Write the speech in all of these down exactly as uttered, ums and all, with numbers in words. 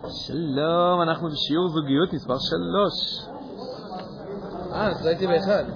שלום, אנחנו בשיעור זוגיות מספר שלוש. אה, אז ראיתי באחד.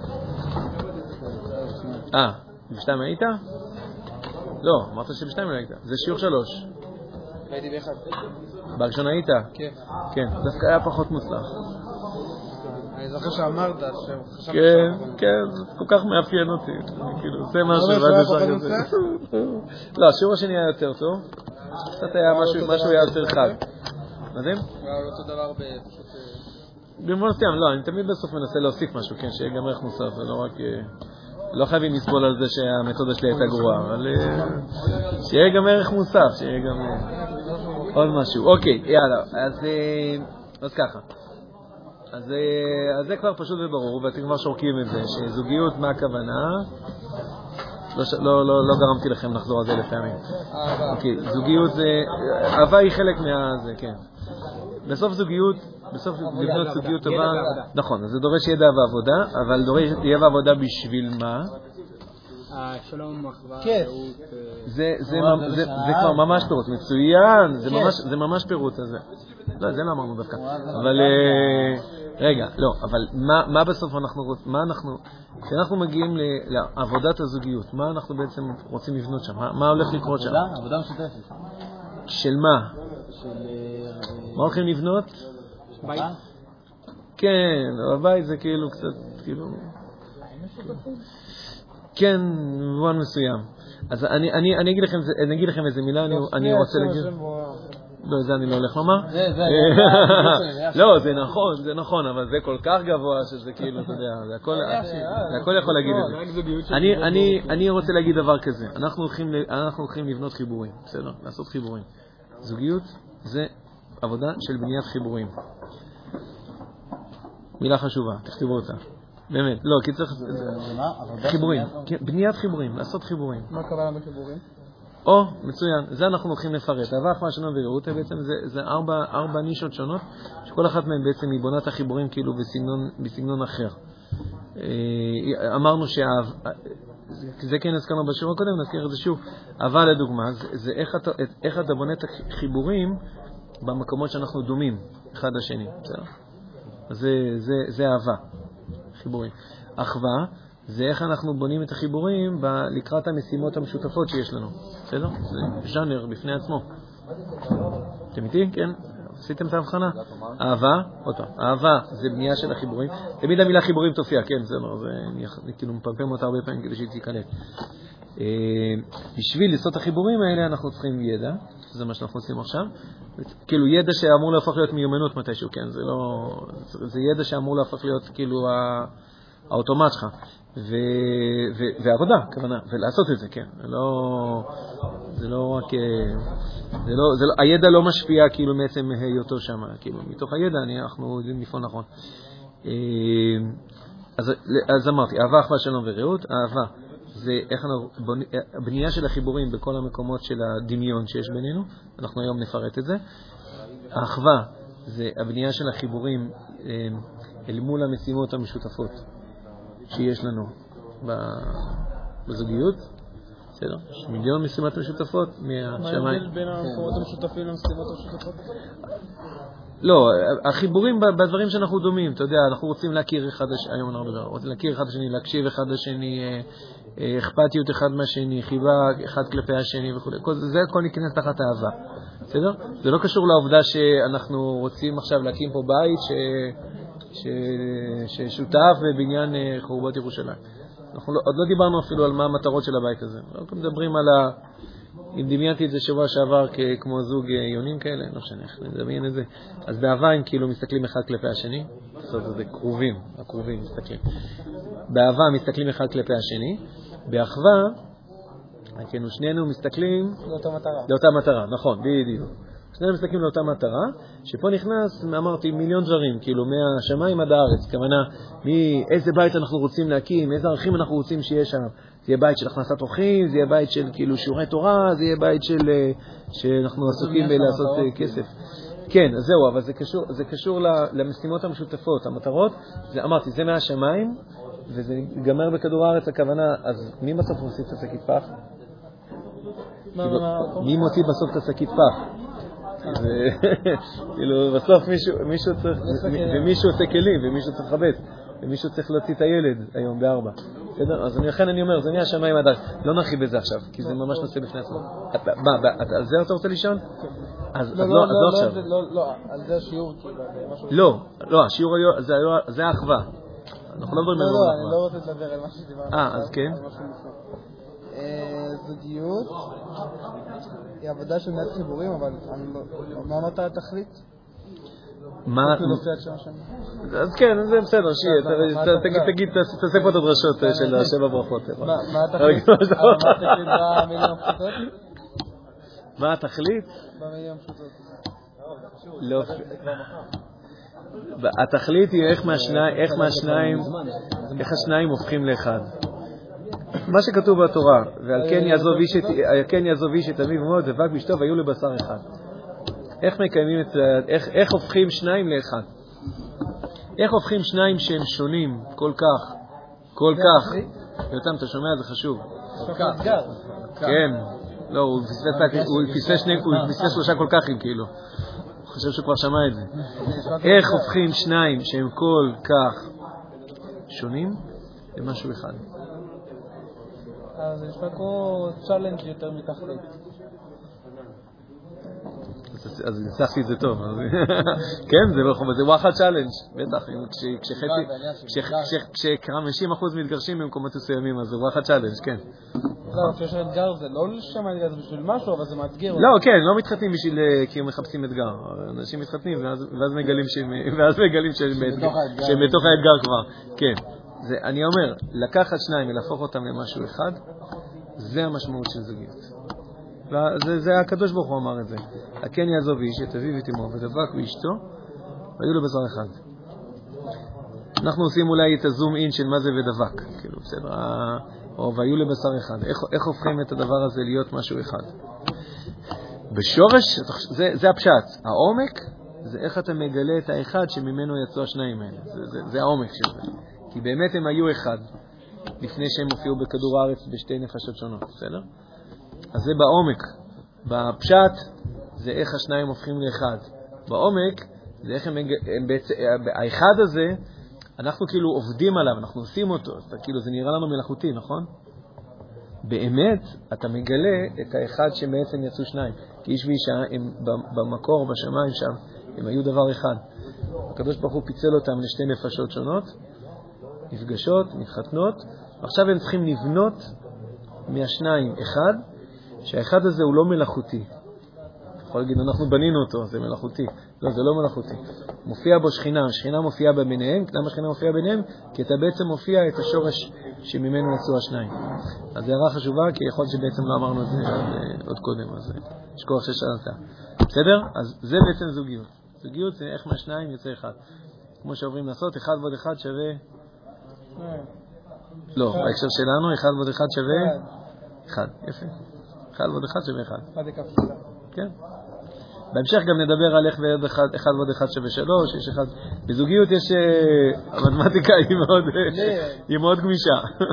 אה, בשתיים היית? לא, אמרת שבשתיים היית. זה שיעור שלוש. ראיתי באחד. בראשון היית? כן. כן, דווקא היה פחות מוצלח. אני זוכר שאמרת שחשבת כן, כן, זה כל כך מאפיין אותי. כאילו, זה משהו, ואז אפשר כזה. לא, השיעור השני היה יותר טוב. קצת היה משהו היה יותר חד. מדהים? לא אותו דבר בפשוט... במובן מסוים, לא, אני תמיד בסוף מנסה להוסיף משהו, כן, שיהיה גם ערך מוסף, ולא רק... לא חייבים לסבול על זה שהמתודה שלי הייתה גרועה, אבל שיהיה גם ערך מוסף, שיהיה גם עוד משהו. אוקיי, יאללה, אז, אז ככה. אז, אז זה כבר פשוט וברור, ואתם כבר שורקים את זה, שזוגיות, מה הכוונה? לא, לא, לא, לא גרמתי לכם לחזור על זה לפעמים. אוקיי, זוגיות זה... אהבה היא חלק מה... זה, כן. בסוף זוגיות, בסוף לבנות זוגיות טובה, נכון, אז זה דורש ידע ועבודה, אבל דורש ידע ועבודה בשביל מה? שלום, אחווה, זה כבר ממש פירוט, מצוין, זה ממש פירוט הזה. לא, זה לא אמרנו דווקא. אבל, רגע, לא, אבל מה בסוף אנחנו, מה אנחנו, כשאנחנו מגיעים לעבודת הזוגיות, מה אנחנו בעצם רוצים לבנות שם? מה הולך לקרות שם? עבודה משותפת. של מה? מה הולכים לבנות? בית. כן, הבית זה כאילו קצת, כאילו... כן, במובן מסוים. אז אני, אני, אני אגיד לכם, אני אגיד לכם איזה מילה, אני, אני רוצה להגיד... לא, זה אני לא הולך לומר. זה, זה. לא, זה נכון, זה נכון, אבל זה כל כך גבוה שזה כאילו, אתה יודע, זה הכל, זה הכל יכול להגיד את זה. אני, אני, אני רוצה להגיד דבר כזה. אנחנו הולכים, אנחנו הולכים לבנות חיבורים, בסדר? לעשות חיבורים. זוגיות זה עבודה של בניית חיבורים. מילה חשובה, תכתבו אותה. באמת, לא, כי צריך... חיבורים, בניית חיבורים, לעשות חיבורים. מה הכוונה בחיבורים? או, מצוין, זה אנחנו הולכים לפרט. אהבה, אחווה, שלום ורעות, בעצם זה, זה ארבע, ארבע נישות שונות, שכל אחת מהן בעצם היא בונת החיבורים כאילו בסגנון, בסגנון אחר. אמרנו שהאהב... זה כן הזכרנו בשיעור הקודם, נזכיר את זה שוב. אהבה לדוגמה, זה, זה איך, אתה, איך אתה בונה את החיבורים במקומות שאנחנו דומים אחד לשני. בסדר? זה, זה, זה אהבה, חיבורים. אחווה, זה איך אנחנו בונים את החיבורים ב- לקראת המשימות המשותפות שיש לנו. בסדר? זה ז'אנר בפני עצמו. אתם איתי? כן? עשיתם את ההבחנה? אהבה, עוד פעם, אהבה זה בנייה של החיבורים. תמיד המילה חיבורים תופיע, כן, זה לא, זה, אני כאילו מפמפם אותה הרבה פעמים כדי שהיא תיכנס. בשביל לעשות את החיבורים האלה אנחנו צריכים ידע, זה מה שאנחנו עושים עכשיו. כאילו ידע שאמור להפוך להיות מיומנות מתישהו, כן, זה לא, זה ידע שאמור להפוך להיות כאילו האוטומט שלך. ו, ו, ועבודה, כוונה, ולעשות את זה, כן. זה לא, זה לא רק, זה לא, זה לא, הידע לא משפיע כאילו מעצם היותו שם, כאילו מתוך הידע אני, אנחנו יודעים לפעול נכון. אז, אז אמרתי, אהבה, אחווה, שלום ורעות. אהבה זה איך אנחנו, בנייה של החיבורים בכל המקומות של הדמיון שיש בינינו, אנחנו היום נפרט את זה. האחווה זה הבנייה של החיבורים אל מול המשימות המשותפות שיש לנו בזוגיות. בסדר? יש מיליון משימות משותפות מהשמיים. מה ההבדל בין המקומות המשותפים למשימות המשותפות? לא, החיבורים בדברים שאנחנו דומים, אתה יודע, אנחנו רוצים להכיר אחד השני, היום אנחנו מדבר, רוצים להכיר אחד השני, להקשיב אחד השני, אכפתיות אחד מהשני, חיבה אחד כלפי השני וכו'. זה הכל ניכנס תחת אהבה. בסדר? זה לא קשור לעובדה שאנחנו רוצים עכשיו להקים פה בית ש... ש... ששותף בבניין חורבות ירושלים. אנחנו לא, עוד לא דיברנו אפילו על מה המטרות של הבית הזה. אנחנו מדברים על ה... אם דמיינתי את זה שבוע שעבר כמו זוג יונים כאלה, לא משנה, נדמיין את זה. אז באהבה הם כאילו מסתכלים אחד כלפי השני. זאת אומרת, זה קרובים, הקרובים מסתכלים. באהבה מסתכלים אחד כלפי השני. באחווה, כן, שנינו מסתכלים... לאותה מטרה. לאותה מטרה, נכון, בדיוק. שנינו מסתכלים לאותה מטרה, שפה נכנס, אמרתי, מיליון דברים, כאילו מהשמיים עד הארץ, כוונה, מאיזה בית אנחנו רוצים להקים, איזה ערכים אנחנו רוצים שיש שם. זה יהיה בית של הכנסת אורחים, זה יהיה בית של כאילו שיעורי תורה, זה יהיה בית של שאנחנו עסוקים בלעשות כסף. כן, אז זהו, אבל זה קשור, זה קשור למשימות המשותפות, המטרות. זה, אמרתי, זה מהשמיים, וזה ייגמר בכדור הארץ, הכוונה, אז מי בסוף מוסיף את השקית פח? מי מוציא בסוף את השקית פח? כאילו, בסוף מישהו צריך, ומישהו עושה כלים, ומישהו צריך לחבט, ומישהו צריך להוציא את הילד היום בארבע. אז לכן אני אומר, זה נהיה שמיים עד לא נרחיב בזה עכשיו, כי זה ממש נושא בפני עצמו. מה, על זה אתה רוצה לישון? אז לא עכשיו. לא, על זה השיעור. לא, לא, השיעור זה האחווה. אנחנו לא מדברים על לא, אני לא רוצה לדבר על מה שדיברנו. אה, אז כן? זוגיות היא עבודה של מעט חיבורים, אבל מה מטרת התכלית? מה? אז כן, זה בסדר, שיהיה, תגיד, תעשה פה את הדרשות של השבע ברכות. מה התכלית? במילים הפשוטות? מה התכלית? במילים הפשוטות. לא. התכלית היא איך מהשניים, איך השניים הופכים לאחד. מה שכתוב בתורה, ועל כן יעזוב איש את אביו ואמו דבק באשתו והיו לבשר אחד. איך מקיימים את, איך, איך הופכים שניים לאחד? איך הופכים שניים שהם שונים כל כך, כל כך? יותם, אתה שומע? זה חשוב. כל כך. כן. לא, הוא פספס שלושה כל כך, כאילו. הוא חושב שהוא כבר שמע את זה. איך הופכים שניים שהם כל כך שונים למשהו אחד? אז יש לך כמו צ'אלנג' יותר מתכלית. אז ניסחתי את זה טוב. כן, זה וואחד צ'אלנג', בטח. כש-חמישים אחוז מתגרשים במקומות מסוימים, אז זה וואחד צ'אלנג', כן. לא, כשיש אתגר זה לא לשם האתגר, זה בשביל משהו, אבל זה מאתגר. לא, כן, לא מתחתנים בשביל, כי הם מחפשים אתגר. אנשים מתחתנים, ואז מגלים שהם בתוך האתגר כבר. כן. אני אומר, לקחת שניים ולהפוך אותם למשהו אחד, זה המשמעות של זוגיות. זה הקדוש ברוך הוא אמר את זה. הכן יעזוב איש את אביו ואת אמו ודבק באשתו והיו לו בשר אחד. אנחנו עושים אולי את הזום אין של מה זה ודבק, כאילו, בסדר, או והיו לבשר אחד. איך, איך הופכים את הדבר הזה להיות משהו אחד? בשורש, זה, זה הפשט. העומק זה איך אתה מגלה את האחד שממנו יצאו השניים האלה. זה, זה, זה העומק של זה. כי באמת הם היו אחד לפני שהם הופיעו בכדור הארץ בשתי נפשות שונות, בסדר? אז זה בעומק. בפשט זה איך השניים הופכים לאחד. בעומק זה איך הם, הם בעצם, האחד הזה, אנחנו כאילו עובדים עליו, אנחנו עושים אותו, אז כאילו זה נראה לנו מלאכותי, נכון? באמת אתה מגלה את האחד שבעצם יצאו שניים. כי איש ואישה הם במקור, בשמיים שם, הם היו דבר אחד. הקדוש ברוך הוא פיצל אותם לשתי נפשות שונות, נפגשות, מתחתנות, ועכשיו הם צריכים לבנות מהשניים אחד, שהאחד הזה הוא לא מלאכותי. יכול להגיד, אנחנו בנינו אותו, זה מלאכותי. לא, זה לא מלאכותי. מופיע בו שכינה, שכינה מופיעה ביניהם, למה שכינה מופיעה ביניהם? כי אתה בעצם מופיע את השורש שממנו יצאו השניים. אז זה הערה חשובה, כי יכול להיות שבעצם לא אמרנו את זה עוד קודם, אז יש כוח ששאלת. בסדר? אז זה בעצם זוגיות. זוגיות זה איך מהשניים יוצא אחד. כמו שעוברים לעשות, אחד ועוד אחד שווה... לא, בהקשר שלנו, אחד ועוד אחד שווה... אחד, יפה. אחד ועוד אחד שווה אחד. אחד הכפולה. כן. בהמשך גם נדבר על איך ועוד אחד, אחד ועוד אחד שווה שלוש, יש אחד... בזוגיות יש... המתמטיקה היא מאוד, היא מאוד גמישה.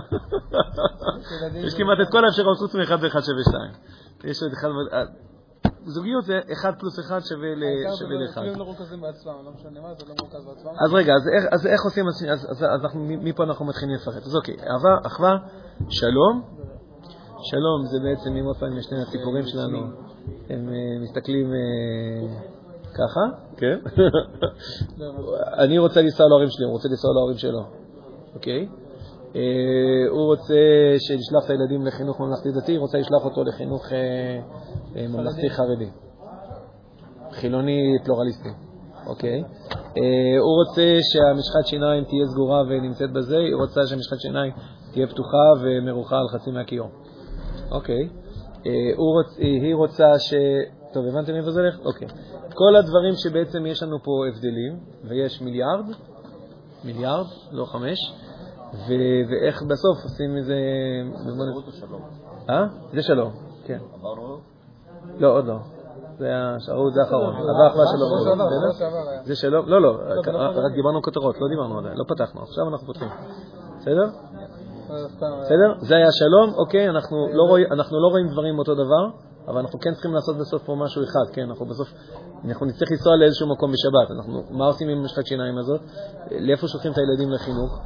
יש כמעט את כל האפשרות חוץ מאחד ואחד שווה שתיים. יש עוד אחד ועוד... זוגיות זה אחד פלוס אחד שווה לאחד. אפילו לא מרוכזים בעצמם, לא משנה מה, זה לא מרוכז בעצמם. אז רגע, אז איך עושים... אז מפה אנחנו מתחילים לפרט. אז אוקיי, אהבה, אחווה, שלום. שלום זה בעצם, אם עוד פעם משני הסיפורים שלנו, הם מסתכלים ככה, כן? אני רוצה לנסוע להורים שלי, הוא רוצה לנסוע להורים שלו, אוקיי? הוא רוצה שנשלח את הילדים לחינוך ממלכתי דתי, הוא רוצה לשלוח אותו לחינוך ממלכתי חרדי, חילוני פלורליסטי, אוקיי? הוא רוצה שהמשחת שיניים תהיה סגורה ונמצאת בזה, הוא רוצה שהמשחת שיניים תהיה פתוחה ומרוחה על חצי מהכיור. אוקיי. היא רוצה ש... טוב, הבנתם איפה זה הולך? אוקיי. כל הדברים שבעצם יש לנו פה הבדלים, ויש מיליארד, מיליארד, לא חמש, ואיך בסוף עושים איזה... זה שלום. אה? זה שלום, כן. עברנו? לא, עוד לא. זה השערות, זה האחרון. הבא אחווה שלום. זה שלום? לא, לא. רק דיברנו כותרות, לא דיברנו עדיין, לא פתחנו. עכשיו אנחנו פותחים. בסדר? בסדר? זה היה שלום, אוקיי, אנחנו לא רואים, אנחנו לא רואים דברים אותו דבר, אבל אנחנו כן צריכים לעשות בסוף פה משהו אחד, כן, אנחנו בסוף אנחנו נצטרך לנסוע לאיזשהו מקום בשבת. אנחנו, מה עושים עם משחק שיניים הזאת? לאיפה שולחים את הילדים לחינוך?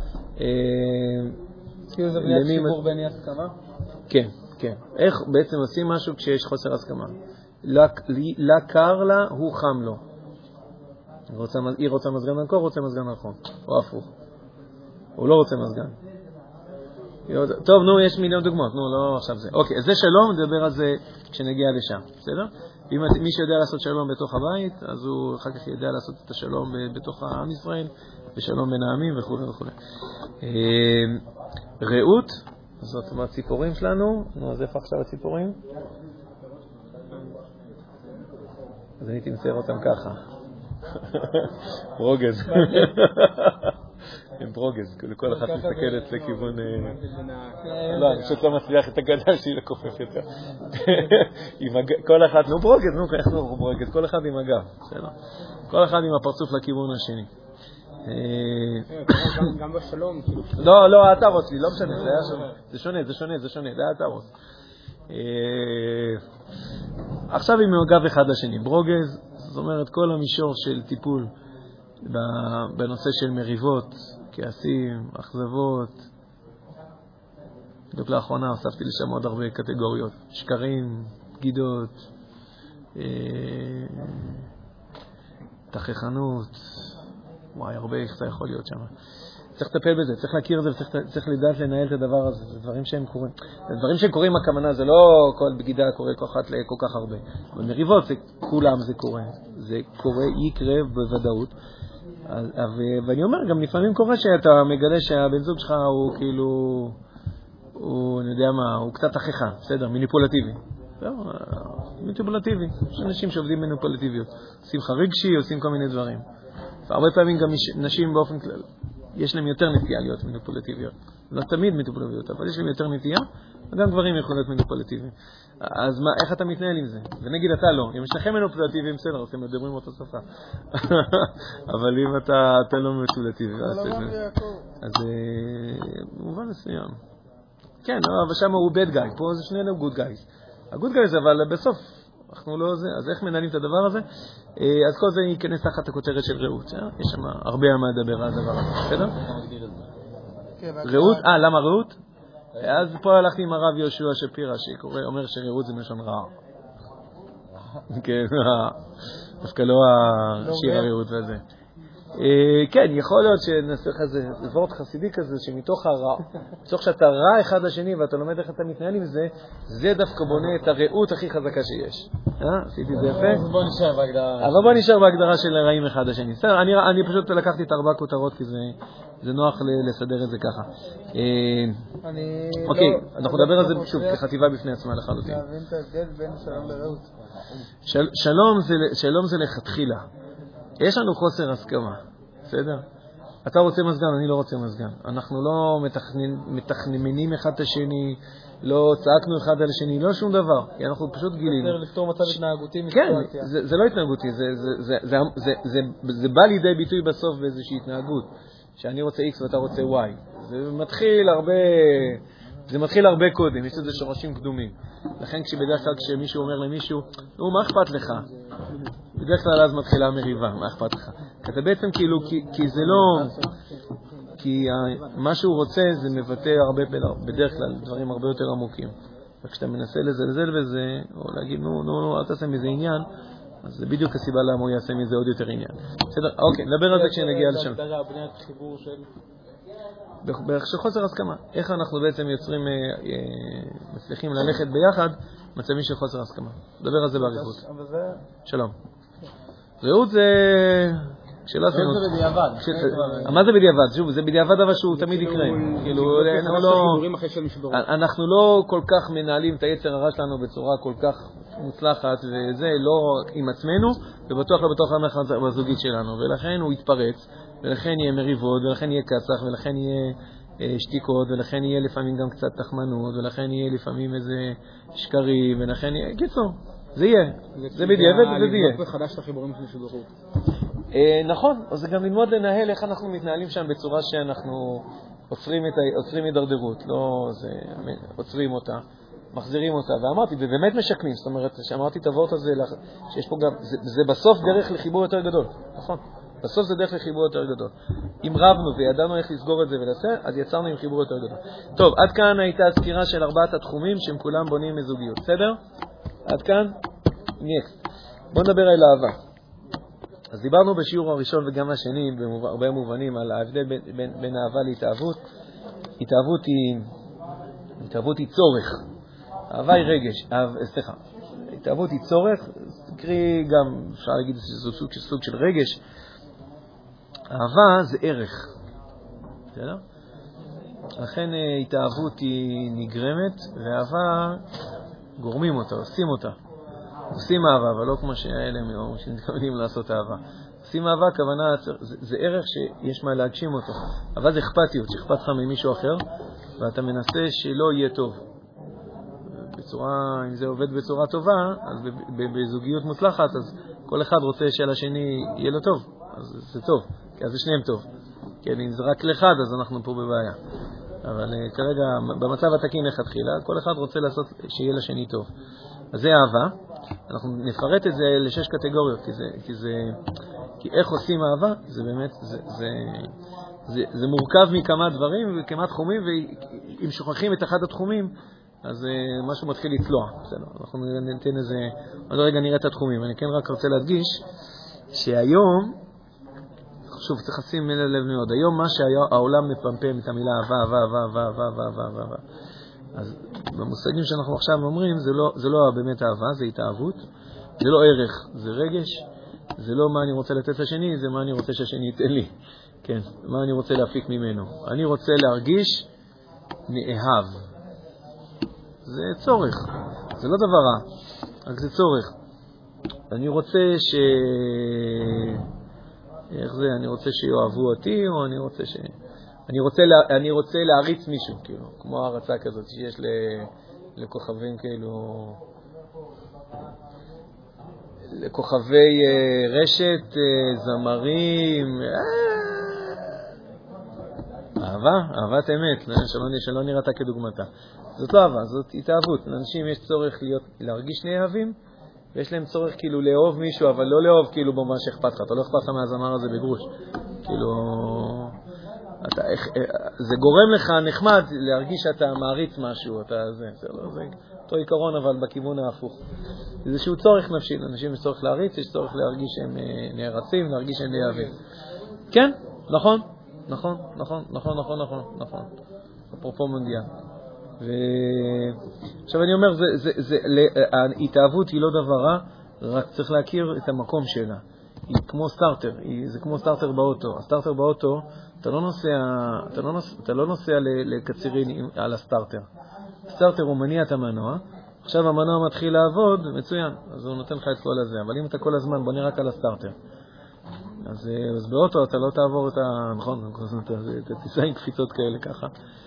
כאילו זה בניית חיבור בין אי הסכמה? כן, כן. איך בעצם עושים משהו כשיש חוסר הסכמה? לה קר לה, הוא חם לו. היא רוצה מזגן על קור, רוצה מזגן על חום. או הפוך. הוא לא רוצה מזגן. טוב, נו, יש מיליון דוגמאות. נו, לא עכשיו זה. אוקיי, אז זה שלום, נדבר על זה כשנגיע לשם. בסדר? אם מי שיודע לעשות שלום בתוך הבית, אז הוא אחר כך ידע לעשות את השלום בתוך העם ישראל, ושלום בין העמים וכו' וכו'. רעות, זאת מהציפורים שלנו. נו, אז איפה עכשיו הציפורים? אז אני תמצא אותם ככה. ברוגז. הם ברוגז, כל אחת מסתכלת לכיוון... לא, אני פשוט לא מצליח את הגדה שהיא לקופף יותר. כל אחת, נו ברוגז, נו, איך נו ברוגז? כל אחד עם הגב, כל אחד עם הפרצוף לכיוון השני. גם בשלום. לא, לא, אתה רוץ לי, לא משנה, זה שונה, זה שונה, זה שונה, זה אתה רוץ. עכשיו עם הגב אחד לשני, ברוגז, זאת אומרת כל המישור של טיפול בנושא של מריבות, כעסים, אכזבות. בדיוק לאחרונה הוספתי לשם עוד הרבה קטגוריות, שקרים, בגידות, תכחנות, וואי, הרבה איך זה יכול להיות שם. צריך לטפל בזה, צריך להכיר את זה, וצריך לדעת לנהל את הדבר הזה. זה דברים שהם קורים. דברים שהם קורים הכוונה, זה לא כל בגידה קורה כל כך, כל כך הרבה. אבל מריבות, זה, כולם זה קורה. זה קורה, יקרה בוודאות. ואני אומר, גם לפעמים קורה שאתה מגלה שהבן זוג שלך הוא כאילו, הוא, אני יודע מה, הוא קצת אחיך, בסדר, מניפולטיבי. מניפולטיבי. יש אנשים שעובדים מניפולטיביות. עושים חריגשי, עושים כל מיני דברים. והרבה פעמים גם נשים באופן כלל. יש להם יותר נטייה להיות מניפולטיביות. לא תמיד מניפולטיביות, אבל יש להם יותר נטייה, וגם גברים יכולים להיות מניפולטיביים. אז מה, איך אתה מתנהל עם זה? ונגיד אתה לא. אם יש לכם מניפולטיביים, בסדר, אתם מדברים אותו שפה. אבל אם אתה, אתה לא מניפולטיבי, אז במובן מסוים. כן, אבל שם הוא bad guy, פה זה שנינו good guys. ה-good guys, אבל בסוף, אנחנו לא זה, אז איך מנהלים את הדבר הזה? אז כל זה ייכנס תחת הכותרת של רעות. יש שם הרבה מה לדבר על הדבר הזה, בסדר? רעות? אה, למה רעות? אז פה הלכתי עם הרב יהושע שפירא, שאומר שרעות זה מלשון רע. כן, דווקא לא השיר הרעות וזה. כן, יכול להיות שנעשה לך איזה וורט חסידי כזה, שמתוך הרע, מתוך שאתה רע אחד לשני ואתה לומד איך אתה מתנהל עם זה, זה דווקא בונה את הרעות הכי חזקה שיש. אה? עשיתי את זה יפה? אז בוא נשאר בהגדרה. אבל בוא נשאר בהגדרה של רעים אחד לשני. בסדר, אני, אני פשוט לקחתי את ארבע כותרות כי זה, זה נוח לסדר את זה ככה. אני אוקיי, לא, אנחנו לא נדבר על זה לא שוב, כחטיבה בפני עצמה לחלוטין. להבין את ההבדל בין שלום לרעות. של, שלום זה, שלום זה לכתחילה. יש לנו חוסר הסכמה, בסדר? אתה רוצה מזגן, אני לא רוצה מזגן. אנחנו לא מתכננים אחד את השני, לא צעקנו אחד על השני, לא שום דבר. כי אנחנו פשוט גילינו. יותר לפתור מצב התנהגותי כן, מסיטואציה. זה, זה לא התנהגותי, זה, זה, זה, זה, זה, זה, זה בא לידי ביטוי בסוף באיזושהי התנהגות. שאני רוצה X ואתה רוצה Y. זה מתחיל הרבה... זה מתחיל הרבה קודם, יש לזה שורשים קדומים. לכן כשבדרך כלל כשמישהו אומר למישהו, נו, מה אכפת לך? בדרך כלל אז מתחילה המריבה, מה אכפת לך? כי אתה בעצם כאילו, כי, כי זה לא... כי מה שהוא רוצה זה מבטא הרבה, בדרך כלל, דברים הרבה יותר עמוקים. וכשאתה מנסה לזלזל בזה, או להגיד, נו, נו, נו, אל תעשה מזה עניין, אז זה בדיוק הסיבה למה הוא יעשה מזה עוד יותר עניין. בסדר, אוקיי, נדבר על זה כשנגיע לשם. זה בניית חיבור של... בערך של חוסר הסכמה. איך אנחנו בעצם יוצרים, אה, אה, מצליחים ללכת ביחד, מצבים של חוסר הסכמה. נדבר על זה באריכות. אבל זה... שלום. רעות זה... שאלה זה בדיעבד. מה זה בדיעבד? שוב, זה בדיעבד אבל שהוא תמיד יקרה. כאילו, אנחנו לא כל כך מנהלים את היצר הרע שלנו בצורה כל כך מוצלחת, וזה לא עם עצמנו, ובטוח לא בתוך המערכת הזוגית שלנו. ולכן הוא יתפרץ, ולכן יהיה מריבות, ולכן יהיה קצח, ולכן יהיה שתיקות, ולכן יהיה לפעמים גם קצת תחמנות, ולכן יהיה לפעמים איזה שקרי, ולכן יהיה... קיצור, זה יהיה. זה בדיעבד וזה יהיה. לבדוק מחדש את החיבורים של שדורות. נכון, אז זה גם ללמוד לנהל איך אנחנו מתנהלים שם בצורה שאנחנו עוצרים את עוצרים הידרדרות, לא זה עוצרים אותה. מחזירים אותה, ואמרתי, ובאמת משקמים, זאת אומרת, שאמרתי את הוורט הזה, שיש פה גם, זה, זה בסוף דרך לחיבור יותר גדול, נכון? בסוף זה דרך לחיבור יותר גדול. אם רבנו וידענו איך לסגור את זה ולעשה, אז יצרנו עם חיבור יותר גדול. טוב, עד כאן הייתה סקירה של ארבעת התחומים שהם כולם בונים מזוגיות, בסדר? עד כאן? נקסט. בואו נדבר על אהבה. אז דיברנו בשיעור הראשון וגם השני, בהרבה מובנים, על ההבדל בין, בין, בין אהבה להתאהבות. התאהבות היא, התאהבות היא צורך. אהבה היא רגש. אהב, סליחה. התאהבות היא צורך, קרי גם, אפשר להגיד שזה סוג, סוג של רגש. אהבה זה ערך. בסדר? לכן התאהבות היא נגרמת, ואהבה גורמים אותה, עושים אותה. עושים אהבה, אבל לא כמו שהאלה שמתכוונים לעשות אהבה. עושים אהבה, הכוונה, זה, זה ערך שיש מה להגשים אותו. אבל זה אכפתיות, שאכפת לך ממישהו אחר, ואתה מנסה שלא יהיה טוב. בצורה, אם זה עובד בצורה טובה, אז בזוגיות מוצלחת, אז כל אחד רוצה שלשני יהיה לו טוב. אז זה טוב, כי אז זה שניהם טוב. כן, אם זה רק לאחד, אז אנחנו פה בבעיה. אבל כרגע, במצב התקין לכתחילה, כל אחד רוצה לעשות שיהיה לשני טוב. אז זה אהבה. אנחנו נפרט את זה לשש קטגוריות, כי זה, כי זה, כי איך עושים אהבה, זה באמת, זה, זה, זה, זה מורכב מכמה דברים וכמה תחומים, ואם שוכחים את אחד התחומים, אז משהו מתחיל לצלוע. בסדר, אנחנו ניתן איזה, עוד רגע נראה את התחומים. אני כן רק רוצה להדגיש שהיום, שוב, צריך לשים לב מאוד, היום מה שהעולם מפמפם את המילה אהבה, אהבה, אהבה, אהבה, אהבה, אהבה, אהבה, אהבה. אז במושגים שאנחנו עכשיו אומרים, זה לא, זה לא באמת אהבה, זה התאהבות, זה לא ערך, זה רגש, זה לא מה אני רוצה לתת לשני, זה מה אני רוצה שהשני ייתן לי. כן, מה אני רוצה להפיק ממנו. אני רוצה להרגיש נאהב. זה צורך, זה לא דבר רע, רק זה צורך. אני רוצה ש... איך זה? אני רוצה שיאהבו אותי, או אני רוצה ש... אני רוצה, לה, אני רוצה להריץ מישהו, כאילו, כמו הרצה כזאת שיש ל, לכוכבים, כאילו, לכוכבי uh, רשת, uh, זמרים, אהבה, אהבת אמת, שלא, שלא נראתה כדוגמתה. זאת לא אהבה, זאת התאהבות. לאנשים יש צורך להיות, להרגיש נאהבים, ויש להם צורך כאילו לאהוב מישהו, אבל לא לאהוב כאילו במה שאכפת לך. אתה לא אכפת לך מהזמר הזה בגרוש. כאילו... אתה, זה גורם לך נחמד להרגיש שאתה מעריץ משהו, אתה זה, זה לא, זה אותו עיקרון אבל בכיוון ההפוך. זה איזשהו צורך נפשי, אנשים יש צורך להריץ, יש צורך להרגיש שהם נערצים, להרגיש שהם נאהבים. כן, נכון, נכון, נכון, נכון, נכון, נכון, נכון. אפרופו מונדיאל. ועכשיו אני אומר, זה, זה, זה, ההתאהבות היא לא דבר רע, רק צריך להכיר את המקום שלה. היא כמו סטארטר, היא, זה כמו סטארטר באוטו. הסטארטר באוטו, אתה לא נוסע, אתה לא נוסע, אתה לא נוסע לקצירין על הסטארטר. הסטארטר הוא מניע את המנוע, עכשיו המנוע מתחיל לעבוד, מצוין, אז הוא נותן לך את כל הזה. אבל אם אתה כל הזמן בונה רק על הסטארטר, אז, אז באוטו אתה לא תעבור את ה... נכון, אתה תיסע עם קפיצות כאלה ככה.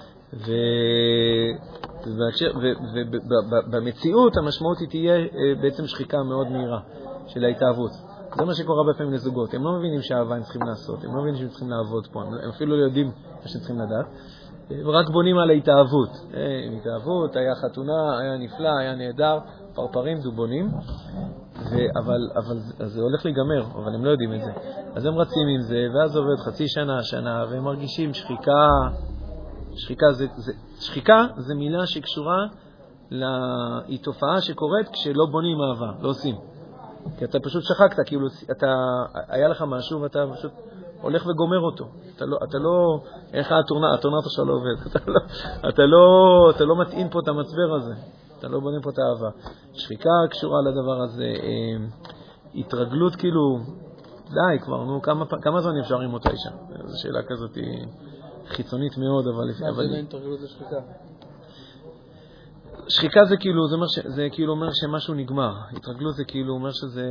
ובמציאות המשמעות היא תהיה בעצם שחיקה מאוד מהירה של ההתאהבות. זה מה שקורה הרבה פעמים לזוגות. הם לא מבינים שהאהבה הם צריכים לעשות, הם לא מבינים שהם צריכים לעבוד פה, הם אפילו לא יודעים מה שהם צריכים לדעת, ורק בונים על ההתאהבות. עם התאהבות, היה חתונה, היה נפלא, היה נהדר, פרפרים, דובונים, אבל, אבל זה הולך להיגמר, אבל הם לא יודעים את זה. אז הם רצים עם זה, ואז עובד חצי שנה, שנה, והם מרגישים שחיקה. שחיקה זה, זה, שחיקה זה מילה שקשורה, היא תופעה שקורית כשלא בונים אהבה, לא עושים. כי אתה פשוט שחקת, כאילו אתה, היה לך משהו ואתה פשוט הולך וגומר אותו. אתה לא, אתה לא, איך הטורנט, הטורנט עכשיו לא עובד. אתה לא, אתה לא, אתה לא מתאים פה את המצבר הזה. אתה לא בונים פה את האהבה. שחיקה קשורה לדבר הזה. אה, התרגלות כאילו, די כבר, נו, כמה, כמה זמן אפשר עם אותה אישה? זו שאלה כזאת היא חיצונית מאוד, אבל... מה זה לא התרגלות לשחיקה? שחיקה זה כאילו, זה אומר, ש, זה כאילו אומר שמשהו נגמר. התרגלות זה כאילו אומר שזה...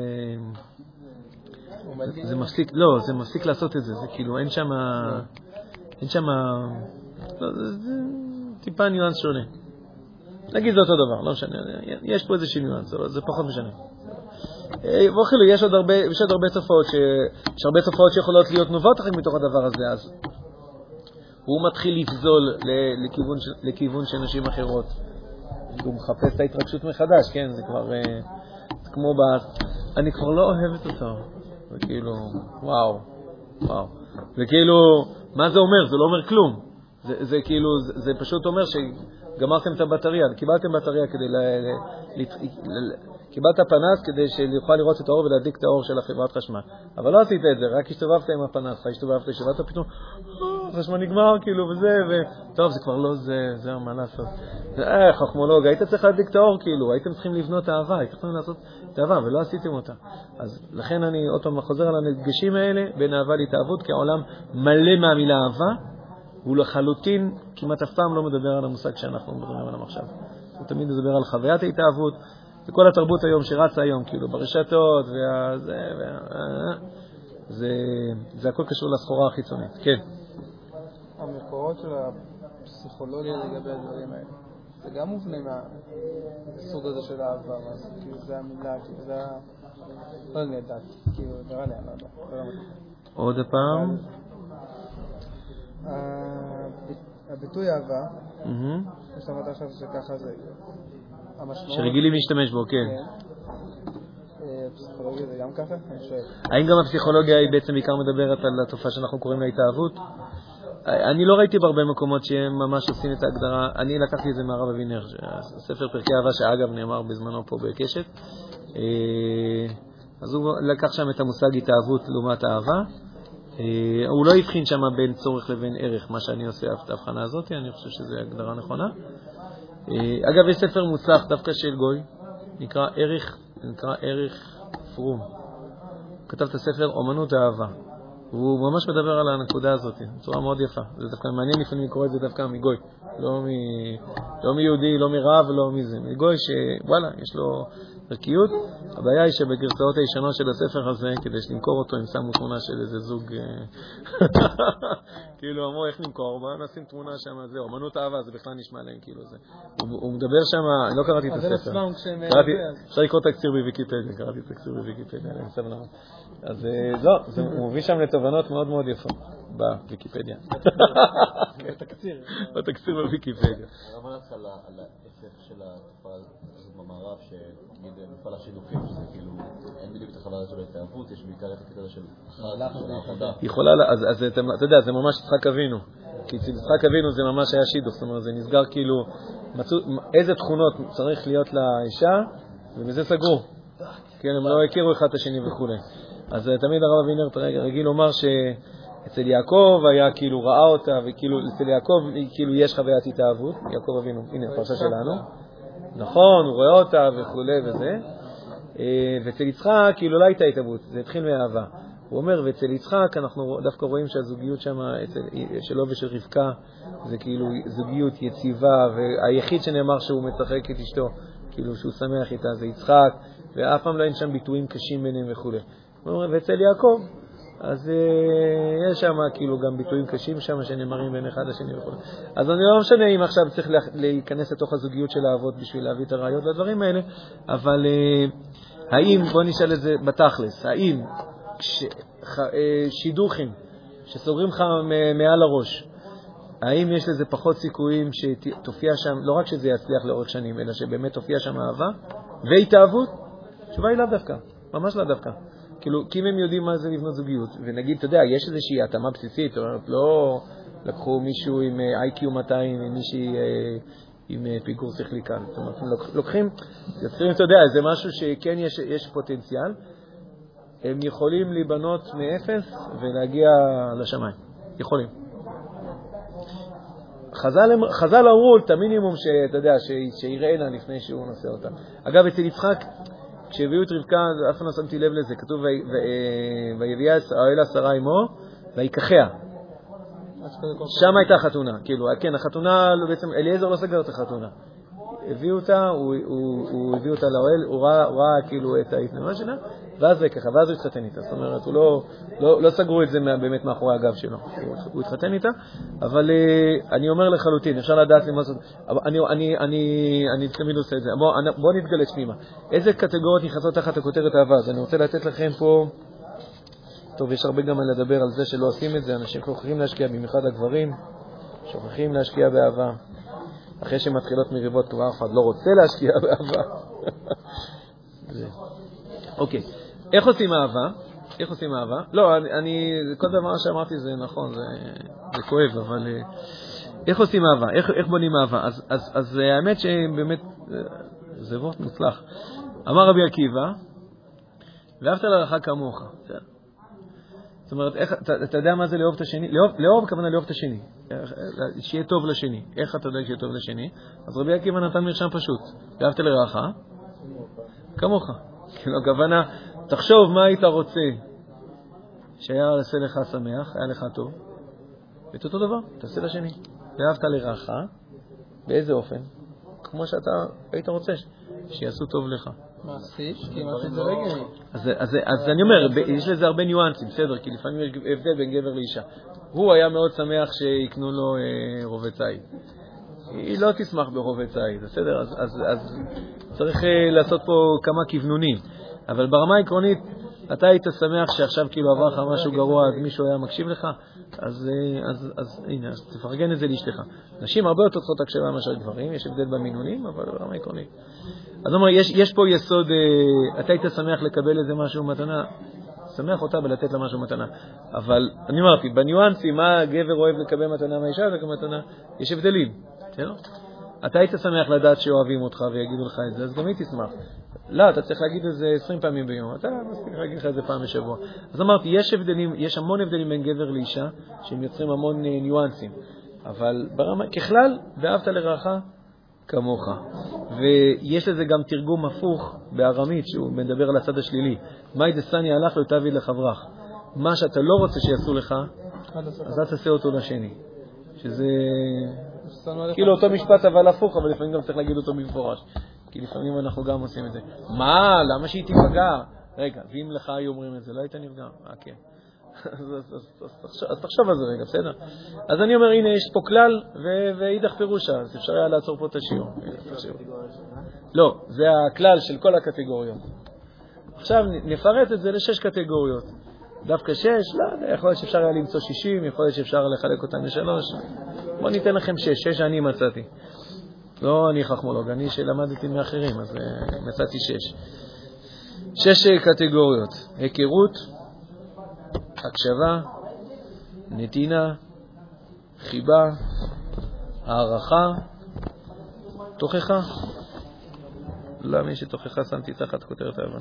זה, זה מפסיק, לא, זה מפסיק לעשות את זה. זה כאילו, אין שם... אין שם... לא, זה, זה טיפה ניואנס שונה. נגיד זה אותו דבר, לא משנה. יש פה איזושהי ניואנס, אבל זה פחות משנה. ואוכלו, יש עוד הרבה, יש עוד הרבה תופעות ש... יש הרבה תופעות שיכולות להיות נובעות אחרי מתוך הדבר הזה, אז הוא מתחיל לפזול לכיוון, לכיוון של נשים אחרות. הוא מחפש את ההתרגשות מחדש, כן, זה כבר, זה כמו ב... אני כבר לא אוהבת אותו. זה כאילו, וואו, וואו. זה כאילו, מה זה אומר? זה לא אומר כלום. זה, זה כאילו, זה, זה פשוט אומר שגמרתם את הבטריה, קיבלתם בטריה כדי ל... ל, ל קיבלת פנס כדי שיוכל לראות את האור ולהדליק את האור של החברת חשמל. אבל לא עשית את זה, רק השתובבת עם הפנס, השתובבת, השתובבת פתאום, חשמל נגמר, כאילו, וזה, וטוב, זה כבר לא זה, זה מה לעשות. אה, חכמולוג, היית צריך להדליק את האור, כאילו, הייתם צריכים לבנות אהבה, הייתם צריכים לעשות את אהבה, ולא עשיתם אותה. אז לכן אני עוד פעם חוזר על הנפגשים האלה, בין אהבה להתאהבות, כי העולם מלא מהמילה אהבה, הוא לחלוטין כמעט אף פעם לא מדבר על המושג שאנחנו מדברים עליו עכשיו. הוא תמיד מדבר על חוויית ההתאהבות, וכל התרבות היום שרצה היום, כאילו, ברשתות, וזה, וה... זה, זה הכל קשור לסחורה החיצונית. כן. המקורות של הפסיכולוגיה לגבי הדברים האלה, זה גם מובנה מהסוג הזה של האהבה, כאילו, זה המילה, כאילו, זה ה... לא יודע, דעת, כאילו, נראה לי, אני לא יודע. עוד הפעם. הביטוי אהבה, יש למדת עכשיו שככה זה... שרגילים להשתמש בו, כן. פסיכולוגיה זה גם ככה? אני שואל. האם גם הפסיכולוגיה היא בעצם בעיקר מדברת על התופעה שאנחנו קוראים לה התאהבות? אני לא ראיתי בהרבה מקומות שהם ממש עושים את ההגדרה. אני לקחתי את זה מהרב אבינר, ספר פרקי אהבה שאגב נאמר בזמנו פה בקשת. אז הוא לקח שם את המושג התאהבות לעומת אהבה. הוא לא הבחין שם בין צורך לבין ערך, מה שאני עושה את ההבחנה הזאת, אני חושב שזו הגדרה נכונה. אגב, יש ספר מוצלח דווקא של גוי, נקרא ערך, נקרא ערך פרום. הוא כתב את הספר אומנות האהבה. הוא ממש מדבר על הנקודה הזאת, בצורה מאוד יפה. זה דווקא מעניין לפעמים לקרוא את זה דווקא מגוי. לא, מ... לא מיהודי, לא מרב, לא מזה. מגוי שוואלה, יש לו ערכיות. הבעיה היא שבגרסאות הישנות של הספר הזה, כדי למכור אותו, הם שמו תמונה של איזה זוג... כאילו אמרו, איך נמכור? בואו נשים תמונה שם, זה אומנות אהבה, זה בכלל נשמע להם כאילו זה. הוא, הוא מדבר שם, אני לא קראתי את הספר. קראתי, אפשר לקרוא תקציר בוויקיפדיה, קראתי תקציר בוויקיפדיה, אני מסב לנו. אז לא, זה, הוא מביא שם לתובנות מאוד מאוד יפות בוויקיפדיה. בתקציר. בתקציר בוויקיפדיה. הרב נצא על ההפך של התופעה הזאת במערב, שנגיד מפעל השידוכים, שזה כאילו, אין בדיוק את החוויה של ההתאהבות, יש בעיקר את הקטע של החג, של העבודה. יכולה, אז אתה יודע, זה ממש יצחק אבינו. כי אצל יצחק אבינו זה ממש היה שידוך, זאת אומרת, זה נסגר כאילו, איזה תכונות צריך להיות לאישה, ובזה סגרו. כן, הם לא הכירו אחד את השני וכו'. אז תמיד הרב אבינר רגיל לומר שאצל יעקב היה כאילו ראה אותה, וכאילו אצל יעקב כאילו יש חוויית התאהבות, יעקב אבינו, הנה הפרשה שלנו. נכון, הוא רואה אותה וכו' וזה. ואצל יצחק כאילו לא הייתה התאהבות, זה התחיל מאהבה. הוא אומר, ואצל יצחק אנחנו דווקא רואים שהזוגיות שם, שלו ושל רבקה, זה כאילו זוגיות יציבה, והיחיד שנאמר שהוא מצחק את אשתו, כאילו שהוא שמח איתה, זה יצחק, ואף פעם לא אין שם ביטויים קשים ביניהם וכו'. ואצל יעקב, אז יש שם כאילו גם ביטויים קשים שם שנאמרים בין אחד לשני וכו'. אז אני לא משנה אם עכשיו צריך להיכנס לתוך הזוגיות של האבות בשביל להביא את הראיות לדברים האלה, אבל האם, בוא נשאל את זה בתכלס, האם שידוכים שסוגרים לך מעל הראש, האם יש לזה פחות סיכויים שתופיע שם, לא רק שזה יצליח לאורך שנים, אלא שבאמת תופיע שם אהבה והתאהבות? תשובה היא לא דווקא, ממש לא דווקא. כאילו, כי אם הם יודעים מה זה לבנות זוגיות, ונגיד, אתה יודע, יש איזושהי התאמה בסיסית, לא לקחו מישהו עם איי קיו מאתיים, עם מישהי עם פיגור שכלי קל. זאת אומרת, לוקחים, יוצרים, אתה יודע, זה משהו שכן יש, יש פוטנציאל, הם יכולים להיבנות מאפס ולהגיע לשמיים. יכולים. חז"ל, חז"ל אמרו את המינימום שאתה יודע, שיראה לה לפני שהוא נושא אותה. אגב, אצל יצחק, כשהביאו את רבקה, אף פעם לא שמתי לב לזה, כתוב, ויביאה האל שרה עמו, ויקחיה. שם הייתה חתונה. כאילו, כן, החתונה, בעצם, אליעזר לא סגר את החתונה. הביאו אותה, הוא, הוא, הוא הביא אותה לאוהל, הוא ראה, הוא ראה כאילו את ההתנמה שלה, ואז ככה, ואז הוא התחתן איתה. זאת אומרת, הוא לא, לא, לא סגרו את זה באמת מאחורי הגב שלו. הוא, הוא התחתן איתה, אבל uh, אני אומר לחלוטין, אפשר לדעת למה זאת, אני, אני, אני, אני תמיד עושה את זה. בוא, בוא נתגלץ פנימה. איזה קטגוריות נכנסות תחת הכותרת אהבה? אז אני רוצה לתת לכם פה, טוב, יש הרבה גם לדבר על זה שלא עושים את זה, אנשים שוכחים להשקיע, במיוחד הגברים, שוכחים להשקיע באהבה. אחרי שמתחילות מריבות כבר אף אחד לא רוצה להשקיע באהבה. אוקיי, איך עושים אהבה? איך עושים אהבה? לא, אני, אני כל דבר שאמרתי זה נכון, זה, זה כואב, אבל איך עושים אהבה? איך, איך בונים אהבה? אז, אז, אז האמת שבאמת, זה וורט מוצלח. אמר רבי עקיבא, ואהבת לרעך כמוך. זאת אומרת, איך, אתה, אתה יודע מה זה לאהוב את השני? לאהוב, לאהוב הכוונה לאהוב את השני. שיהיה טוב לשני. איך אתה יודע שיהיה טוב לשני? אז רבי עקיבא נתן מרשם פשוט. ואהבת לרעך כמוך. כאילו, הכוונה, תחשוב מה היית רוצה שהיה עושה לך שמח, היה לך טוב. ואת אותו דבר, תעשה לשני. ואהבת לרעך, באיזה אופן? כמו שאתה היית רוצה שיעשו טוב לך. מעשית, כי מעשית זה רגע. אז, אז, אז אני אומר, יש לזה הרבה ניואנסים, בסדר, כי לפעמים יש הבדל בין גבר לאישה. הוא היה מאוד שמח שיקנו לו אה, רובה צייד. היא לא תשמח ברובה צייד, בסדר? אז, אז, אז צריך אה, לעשות פה כמה כיוונונים. אבל ברמה העקרונית, אתה היית שמח שעכשיו כאילו עבר לך משהו גרוע, אז מישהו היה מקשיב לך, אז, אז, אז הנה, אז תפרגן את זה לאשתך. נשים הרבה יותר צריכות הקשבה מאשר גברים, יש הבדל במינונים, אבל ברמה העקרונית. אז אומר, יש, יש פה יסוד, אתה היית שמח לקבל איזה משהו מתנה, שמח אותה ולתת לה משהו מתנה. אבל אני אמרתי, בניואנסים, מה גבר אוהב לקבל מתנה מהאישה לקבל מתנה, יש הבדלים. בסדר? אתה היית שמח לדעת שאוהבים אותך ויגידו לך את זה, אז גם היא תשמח. לא, אתה צריך להגיד את זה עשרים פעמים ביום, אתה מספיק להגיד לך את זה פעם בשבוע. אז אמרתי, יש הבדלים, יש המון הבדלים בין גבר לאישה, שהם יוצרים המון ניואנסים. אבל ברמה, ככלל, ואהבת לרעך כמוך. ויש לזה גם תרגום הפוך בארמית, שהוא מדבר על הצד השלילי. מאי דסני הלך לא תעביד לחברך. מה שאתה לא רוצה שיעשו לך, אז אל תעשה אותו לשני. שזה כאילו אותו משפט אבל הפוך, אבל לפעמים גם צריך להגיד אותו במפורש. כי לפעמים אנחנו גם עושים את זה. מה? למה שהיא תיפגע? רגע, ואם לך היו אומרים את זה, לא היית נפגע? אה, כן. אז תחשוב על זה רגע, בסדר? אז אני אומר, הנה, יש פה כלל ואידך פירושה, אז אפשר היה לעצור פה את השיעור. לא, זה הכלל של כל הקטגוריות. עכשיו נפרט את זה לשש קטגוריות. דווקא שש, לא, יכול להיות שאפשר היה למצוא שישים, יכול להיות שאפשר לחלק אותם לשלוש. בוא ניתן לכם שש, שש אני מצאתי. לא אני חכמולוג, אני שלמדתי מאחרים, אז מצאתי שש. שש קטגוריות: היכרות, הקשבה, נתינה, חיבה, הערכה, תוכחה. לא, מי שתוכחה שמתי תחת כותרת האהבה.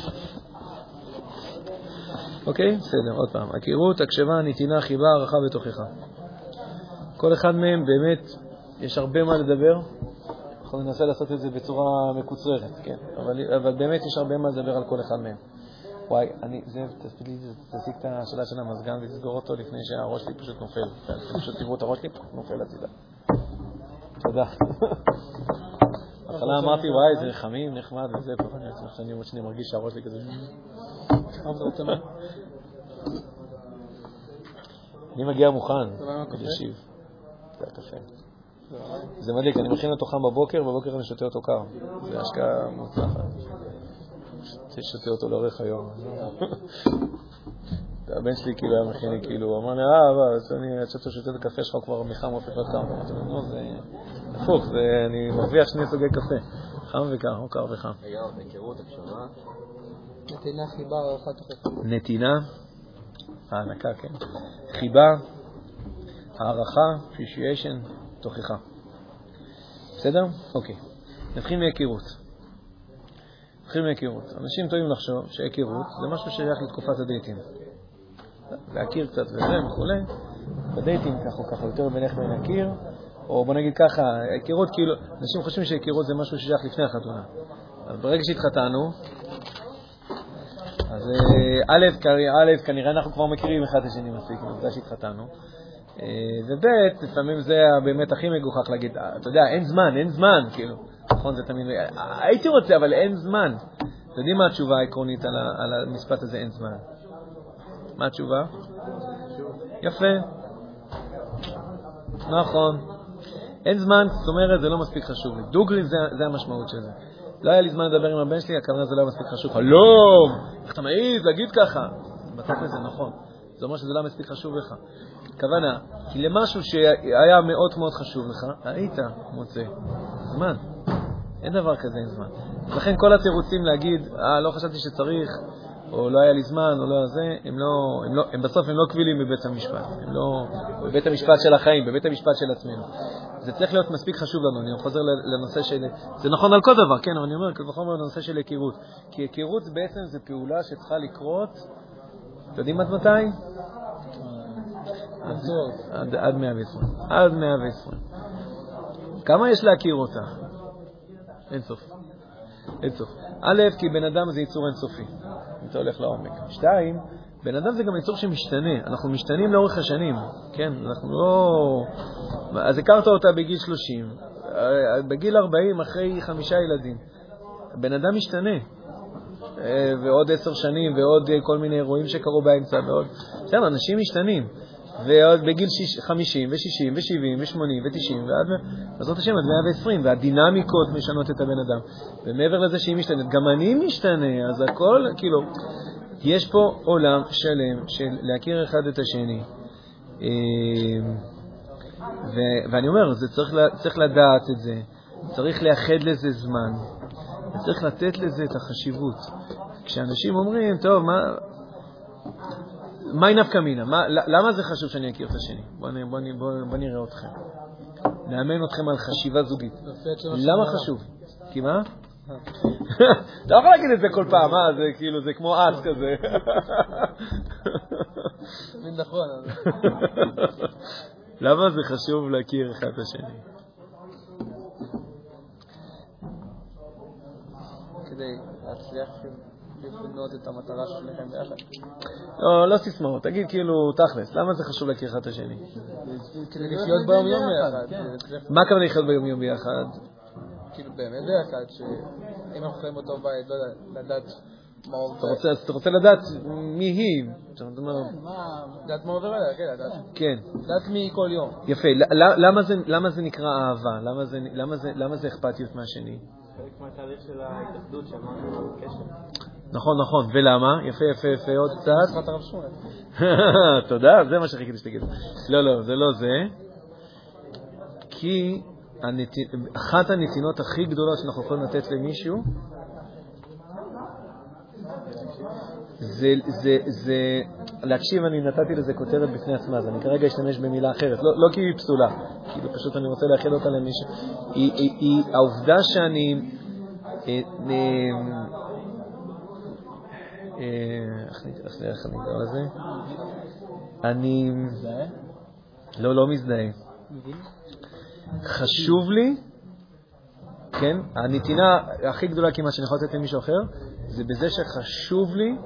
אוקיי? בסדר, עוד פעם. הכירות, הקשבה, נתינה, חיבה, הערכה ותוכחה. כל אחד מהם באמת, יש הרבה מה לדבר. אנחנו ננסה לעשות את זה בצורה מקוצרת, כן. אבל, אבל באמת יש הרבה מה לדבר על כל אחד מהם. וואי, אני, זה, תספיק לי, תסיק את השאלה של המזגן ותסגור אותו לפני שהראש שלי פשוט נופל. פשוט תראו את הראש שלי, נופל הצידה. תודה. בהתחלה אמרתי, וואי, זה חמים, נחמד וזה, אבל אני עצמך שאני עוד שני מרגיש שהראש שלי כזה... אני מגיע מוכן, אני אשיב. זה הקפה. זה מדליק, אני מכין אותו חם בבוקר, בבוקר אני שותה אותו קר. זה השקעה מוצלחת. שותה אותו לאורך היום. הבן שלי כאילו היה מכין לי, כאילו, הוא אמר לי, אה, אבל אני עד שאתה שותה את הקפה שלך, הוא כבר מחם הופך להיות קר. אמרתי לו, לא, זה הפוך, אני מרוויח שני סוגי קפה. חם וקר, או קר וחם. רגע, היכרות, הקשבה. נתינה, חיבה, הערכה, תוכחה. נתינה, הענקה, כן. חיבה, הערכה, appreciation, תוכחה. בסדר? אוקיי. נתחיל מהיכרות. נתחיל מהיכרות. אנשים טועים לחשוב שהיכרות זה משהו שייך לתקופת הדייטים. להכיר קצת וזה וכולי. בדייטים ככה או ככה יותר בנך בין הכיר. או בוא נגיד ככה, היכרות כאילו, אנשים חושבים שהיכרות זה משהו שייך לפני החתונה. אז ברגע שהתחתנו, אז א', א', כנראה אנחנו כבר מכירים אחד את השני מספיק, בגלל שהתחתנו. וב', לפעמים זה באמת הכי מגוחך להגיד, אתה יודע, אין זמן, אין זמן, כאילו. נכון, זה תמיד, הייתי רוצה, אבל אין זמן. אתם יודעים מה התשובה העקרונית על המשפט הזה, אין זמן? מה התשובה? יפה. נכון. אין זמן, זאת אומרת, זה לא מספיק חשוב לי. דוגרי, זה, זה המשמעות של זה. לא היה לי זמן לדבר עם הבן שלי, הכוונה זה לא מספיק חשוב. לא! איך אתה מעיז להגיד ככה? בצד לזה נכון. זה אומר שזה לא מספיק חשוב לך. כוונה, כי למשהו שהיה מאוד מאוד חשוב לך, היית מוצא זמן. אין דבר כזה עם זמן. לכן כל התירוצים להגיד, אה, לא חשבתי שצריך, או לא היה לי זמן, או לא זה, הם לא, הם לא, הם בסוף הם לא קבילים בבית המשפט. הם לא, בבית המשפט של החיים, בבית המשפט של עצמנו. זה צריך להיות מספיק חשוב לנו. אני חוזר לנושא של, זה נכון על כל דבר, כן, אבל אני אומר, נכון לנושא של היכרות. כי היכרות בעצם זה פעולה שצריכה לקרות, אתם יודעים עד מתי? עד, עד מאה ועשרים. עד מאה ועשרים. כמה יש להכיר אותה? אין סוף. אין סוף. א', כי בן אדם זה יצור אינסופי. אם אתה הולך לעומק. שתיים, בן אדם זה גם יצור שמשתנה. אנחנו משתנים לאורך השנים. כן, אנחנו לא... אז הכרת אותה בגיל שלושים. בגיל ארבעים, אחרי חמישה ילדים. בן אדם משתנה. ועוד עשר שנים, ועוד כל מיני אירועים שקרו באמצע, ועוד... בסדר, אנשים משתנים. ועוד בגיל חמישים, ו-שישים, ו-שבעים, ו-שמונים, ו-תשעים, ועד, בעזרת השם, עד מאה ועשרים, והדינמיקות משנות את הבן אדם. ומעבר לזה שהיא משתנת, גם אני משתנה, אז הכל, כאילו, יש פה עולם שלם של להכיר אחד את השני. ו- ואני אומר, זה צריך, צריך לדעת את זה, צריך לאחד לזה זמן, צריך לתת לזה את החשיבות. כשאנשים אומרים, טוב, מה... מה נפקא מינה? מה, למה זה חשוב שאני אכיר את השני? בוא, בוא, בוא, בוא נראה אתכם. נאמן אתכם על חשיבה זוגית. למה חשוב? כי מה? אתה לא יכול להגיד את זה כל פעם, מה? זה כאילו, זה כמו אס כזה. מין נכון. למה זה חשוב להכיר אחד את השני? כדי להצליח לבנות את המטרה שלכם ביחד. לא, לא סיסמאות, תגיד כאילו תכלס, למה זה חשוב להכיר אחד את השני? כדי לחיות ביום יום ביחד. מה כוונה לחיות ביום יום ביחד? כאילו באמת ביחד, שאם אנחנו חיים אותו בית, לא לדעת מה עובר. אתה רוצה לדעת מי היא? לדעת מה עובר עליה, כן, לדעת. כן. לדעת מי כל יום. יפה, למה זה נקרא אהבה? למה זה אכפתיות מהשני? חלק מהתהליך של ההתאחדות שאמרנו קשר. נכון, נכון. ולמה? יפה, יפה, יפה, עוד קצת. שפת הרב שמואל. תודה, זה מה שחיכיתי שתגיד. לא, לא, זה לא זה. כי אחת הנתינות הכי גדולות שאנחנו יכולים לתת למישהו, זה, זה, זה, להקשיב, אני נתתי לזה כותרת בפני עצמה, אז אני כרגע אשתמש במילה אחרת, לא, לא כי היא פסולה, כאילו פשוט אני רוצה להכיל אותה למישהו. היא, היא, היא, העובדה שאני, אה, אה, איך אני אקרא לזה? אני, לא, לא מזדהה. חשוב לי, כן, הנתינה הכי גדולה כמעט שאני יכול לתת למישהו אחר, זה בזה שחשוב לי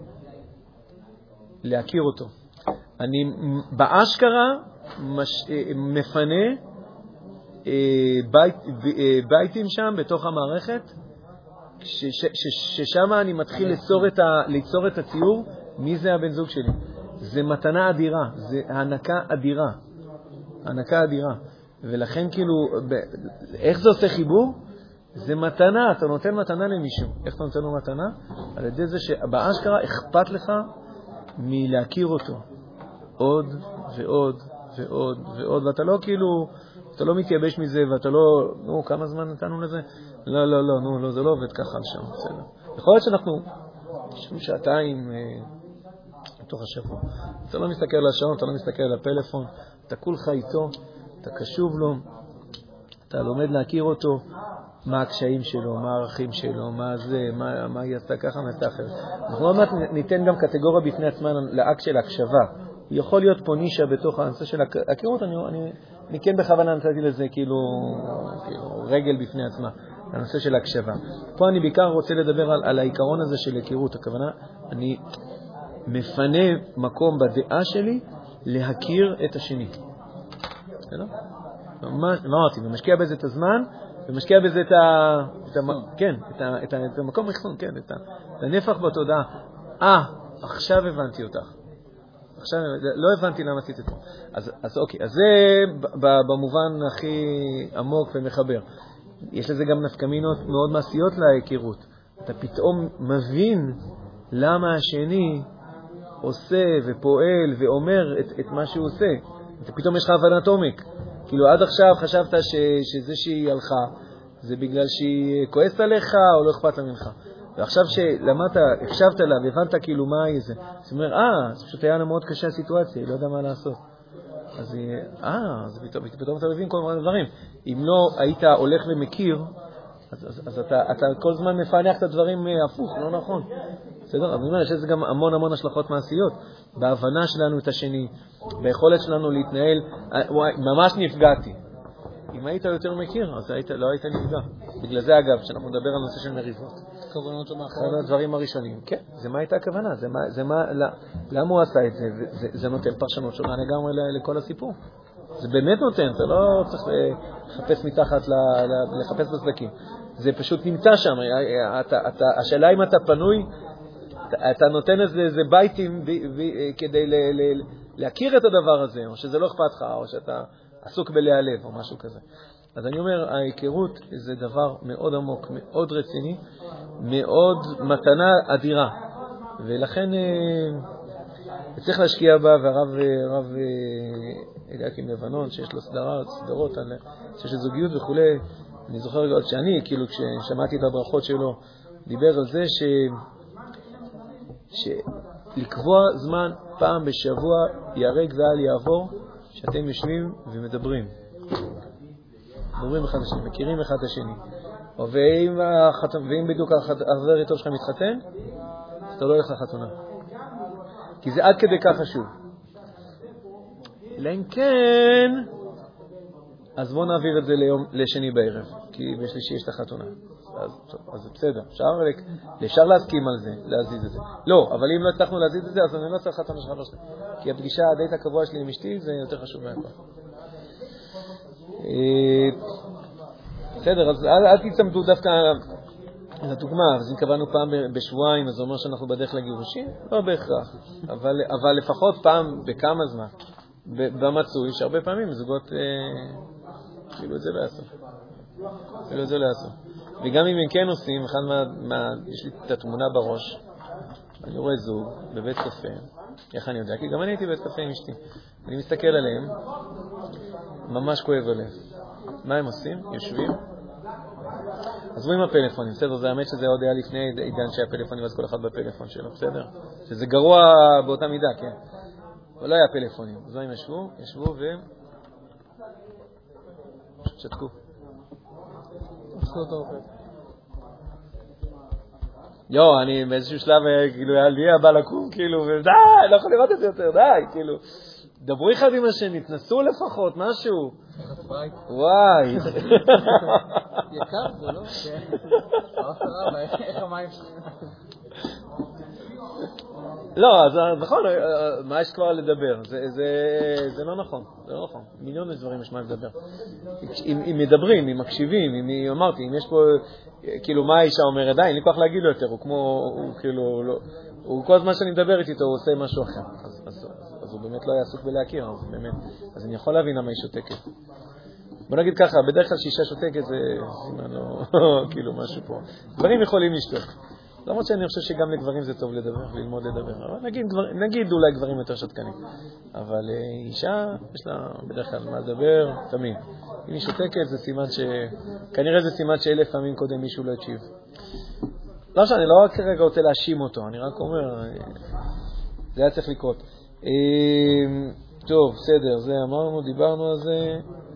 להכיר אותו. אני באשכרה מש, מפנה בית, ביתים שם בתוך המערכת, ש, ש, ש, ששם אני מתחיל ליצור את, ה, ליצור את הציור, מי זה הבן זוג שלי. זה מתנה אדירה, זה הענקה אדירה. הענקה אדירה. ולכן כאילו, ב, איך זה עושה חיבור? זה מתנה, אתה נותן מתנה למישהו. איך אתה נותן לו מתנה? על ידי זה שבאשכרה אכפת לך מלהכיר אותו. עוד ועוד ועוד ועוד, ואתה לא כאילו, אתה לא מתייבש מזה, ואתה לא, נו, כמה זמן נתנו לזה? לא, לא, לא, נו, לא, זה לא עובד ככה על שם, בסדר. יכול להיות שאנחנו, שום שעתיים אה, בתוך השבוע. אתה לא מסתכל על השעון, אתה לא מסתכל על הפלאפון, אתה כולך איתו, אתה קשוב לו, אתה לומד להכיר אותו, מה הקשיים שלו, מה הערכים שלו, מה זה, מה, מה היא עשתה ככה, מה עשתה אחרת. אנחנו לא מעט ניתן גם קטגוריה בפני עצמה לאקט של הקשבה. יכול להיות פה נישה בתוך הנושא של הכירות, אני, אני, אני כן בכוונה נתתי לזה כאילו, כאילו רגל בפני עצמה, הנושא של הקשבה. פה אני בעיקר רוצה לדבר על, על העיקרון הזה של הכירות, הכוונה, אני מפנה מקום בדעה שלי להכיר את השני. בסדר? מה אמרתי, ומשקיע בזה את הזמן, ומשקיע בזה את ה... את ה... כן, את, ה... את, ה... את המקום מחסון, כן, את, ה... את הנפח בתודעה. אה, עכשיו הבנתי אותך. עכשיו, לא הבנתי למה עשית את זה. אז, אז אוקיי, אז זה במובן הכי עמוק ומחבר. יש לזה גם נפקמינות מאוד מעשיות להיכרות. אתה פתאום מבין למה השני עושה ופועל ואומר את, את מה שהוא עושה, ופתאום יש לך הבנת עומק. כאילו עד עכשיו חשבת ש, שזה שהיא הלכה, זה בגלל שהיא כועסת עליך או לא אכפת לה ממך. ועכשיו שלמדת, הקשבת לה והבנת כאילו מה היא זה. זאת אומרת, אה, זה פשוט היה לה מאוד קשה הסיטואציה, היא לא יודע מה לעשות. אז היא, אה, אז פתאום, פתאום אתה מבין כל מיני דברים. אם לא היית הולך ומכיר, אז, אז, אז אתה, אתה כל זמן מפענח את הדברים הפוך, לא נכון. בסדר? אני אומר, יש לזה גם המון המון השלכות מעשיות. בהבנה שלנו את השני, ביכולת שלנו להתנהל, וואי, ממש נפגעתי. אם היית יותר מכיר, אז היית, לא היית נפגע. בגלל זה, אגב, כשאנחנו נדבר על נושא של מריבות. כוונות שמאחורי. אחד הדברים הראשונים. כן, זה מה הייתה הכוונה, זה מה, זה מה, למה הוא עשה את זה? זה, זה נותן פרשנות שונה לגמרי לכל הסיפור. זה באמת נותן, אתה לא צריך לחפש מתחת, לחפש בסדקים. זה פשוט נמצא שם. אתה, אתה, השאלה אם אתה פנוי, אתה, אתה נותן איזה בייטים כדי ל, ל, להכיר את הדבר הזה, או שזה לא אכפת לך, או שאתה עסוק בלהלב, או משהו כזה. אז אני אומר, ההיכרות זה דבר מאוד עמוק, מאוד רציני, מאוד מתנה אדירה. ולכן צריך להשקיע בה, והרב הרב אליקים לבנון, שיש לו סדרה, סדרות, שיש לו זוגיות וכו'. אני זוכר עוד שאני, כאילו כששמעתי את הדרכות שלו, דיבר על זה ש... שלקבוע זמן פעם בשבוע ירק ואל יעבור, שאתם יושבים ומדברים. מדברים אחד השני, מכירים אחד השני. ואם, ואם בדיוק החבר איתו שלך מתחתן, אז אתה לא הולך לחתונה. כי זה עד כדי כך חשוב. אלא אם כן, אז בוא נעביר את זה ליום, לשני בערב, כי בשלישי יש את החתונה. אז, אז זה בסדר, אפשר, אפשר להסכים על זה, להזיז את זה. לא, אבל אם לא הצלחנו להזיז את זה, אז אני לא צריך חתונה שלך לא שלי. כי הפגישה הדייט הקבוע שלי עם אשתי זה יותר חשוב מהכל. בסדר, אז אל, אל תצמדו דווקא לדוגמה, אז אם קבענו פעם בשבועיים, אז זה אומר שאנחנו בדרך לגירושים? לא בהכרח, אבל, אבל לפחות פעם בכמה זמן, במצוי, שהרבה פעמים זוגות, אה, כאילו את זה לא יעשו. כאילו את זה לא יעשו. וגם אם הם כן עושים, אחד מה, מה, יש לי את התמונה בראש, אני רואה זוג בבית קפה, איך אני יודע? כי גם אני הייתי בבית קפה עם אשתי. אני מסתכל עליהם, ממש כואב הלב. מה הם עושים? יושבים. עזבו עם הפלאפונים, בסדר? זה האמת שזה עוד היה לפני עידן שהיה פלאפונים, אז כל אחד בפלאפון שלו, בסדר? שזה גרוע באותה מידה, כן. אבל לא היה פלאפונים. אז מה הם ישבו? ישבו ו... שתקו. יו, אני באיזשהו שלב, כאילו, היה לי הבא לקום, כאילו, ודי, לא יכול לראות את זה יותר, די, כאילו. דברו אחד עם השני, תנסו לפחות, משהו. וואי. יקר זה, לא? איך המים שלך? לא, אז נכון, מה יש כבר לדבר? זה לא נכון, זה לא נכון. מיליון דברים יש מה לדבר. אם מדברים, אם מקשיבים, אם אמרתי, אם יש פה, כאילו, מה האישה אומרת, די, אין לי כוח להגיד לו יותר, הוא כמו, הוא כאילו, הוא כל הזמן שאני מדבר איתו, הוא עושה משהו אחר. אז הוא באמת לא היה עסוק בלהכיר, אז באמת, אז אני יכול להבין למה היא שותקת. בוא נגיד ככה, בדרך כלל שאישה שותקת זה סימן לא, כאילו משהו פה. דברים יכולים לשתוק. למרות שאני חושב שגם לגברים זה טוב לדבר, ללמוד לדבר. אבל נגיד, נגיד אולי גברים יותר שתקנים. אבל אישה, יש לה בדרך כלל מה לדבר, תמיד. אם היא שותקת זה סימן ש... כנראה זה סימן שאלף פעמים קודם מישהו לא הקשיב. לא שאני לא רק כרגע רוצה להאשים אותו, אני רק אומר, זה היה צריך לקרות. טוב, בסדר, זה אמרנו, דיברנו על זה.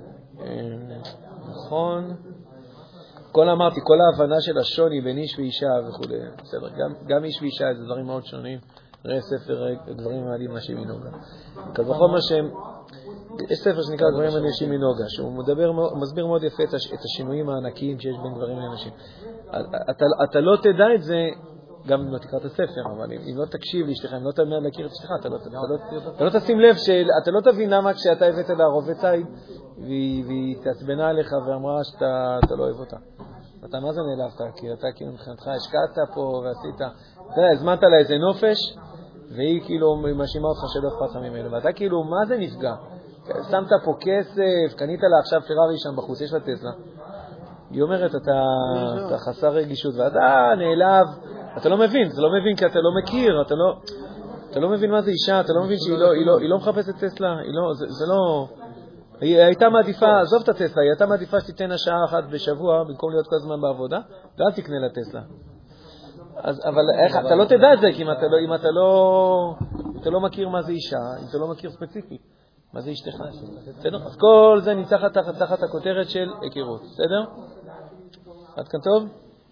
נכון. כל אמרתי, כל ההבנה של השוני בין איש ואישה וכו'. בסדר, גם, גם איש ואישה זה דברים מאוד שונים. ראה ספר, דברים מעלים נשים מנוגה. כל בכל מה שהם, יש ספר שנקרא דברים מעלים נשים מנוגה, שהוא מדבר, מסביר מאוד יפה את השינויים הענקיים שיש בין גברים לנשים. אתה, אתה לא תדע את זה, גם אם לא תקרא את הספר, אבל אם, אם לא תקשיב לאשתך, אם לא תמיד להכיר את אשתך, אתה לא, אתה, לא, אתה לא תשים לב, אתה לא תבין למה כשאתה הבאת לה רובה ציד, והיא תעצבנה עליך ואמרה שאתה לא אוהב אותה. אתה מה זה נעלבת? כי אתה כאילו מבחינתך השקעת פה ועשית, אתה יודע, הזמנת לה איזה נופש, והיא כאילו מאשימה אותך שלא אכפת לך ממנו, ואתה כאילו, מה זה נפגע? שמת פה כסף, קנית לה עכשיו פרארי שם בחוץ, יש לה טסלה. היא אומרת, אתה, אתה חסר רגישות, ואתה נעלב, אתה לא מבין, אתה לא מבין כי אתה לא מכיר, אתה לא... אתה לא מבין מה זה אישה, אתה לא מבין שהיא לא, היא לא, היא לא מחפשת טסלה, היא לא, זה, זה לא... היא הייתה מעדיפה, עזוב את הטסלה, היא הייתה מעדיפה שתיתן השעה אחת בשבוע, במקום להיות כל הזמן בעבודה, ואז תקנה לה טסלה. אז, אבל איך, אתה לא תדע את זה, כי אם אתה לא, אם אתה לא, אתה לא מכיר מה זה אישה, אם אתה לא מכיר ספציפי, מה זה אשתך. בסדר? אז כל זה נמצא תחת, תחת הכותרת של היכרות. בסדר? עד כאן טוב?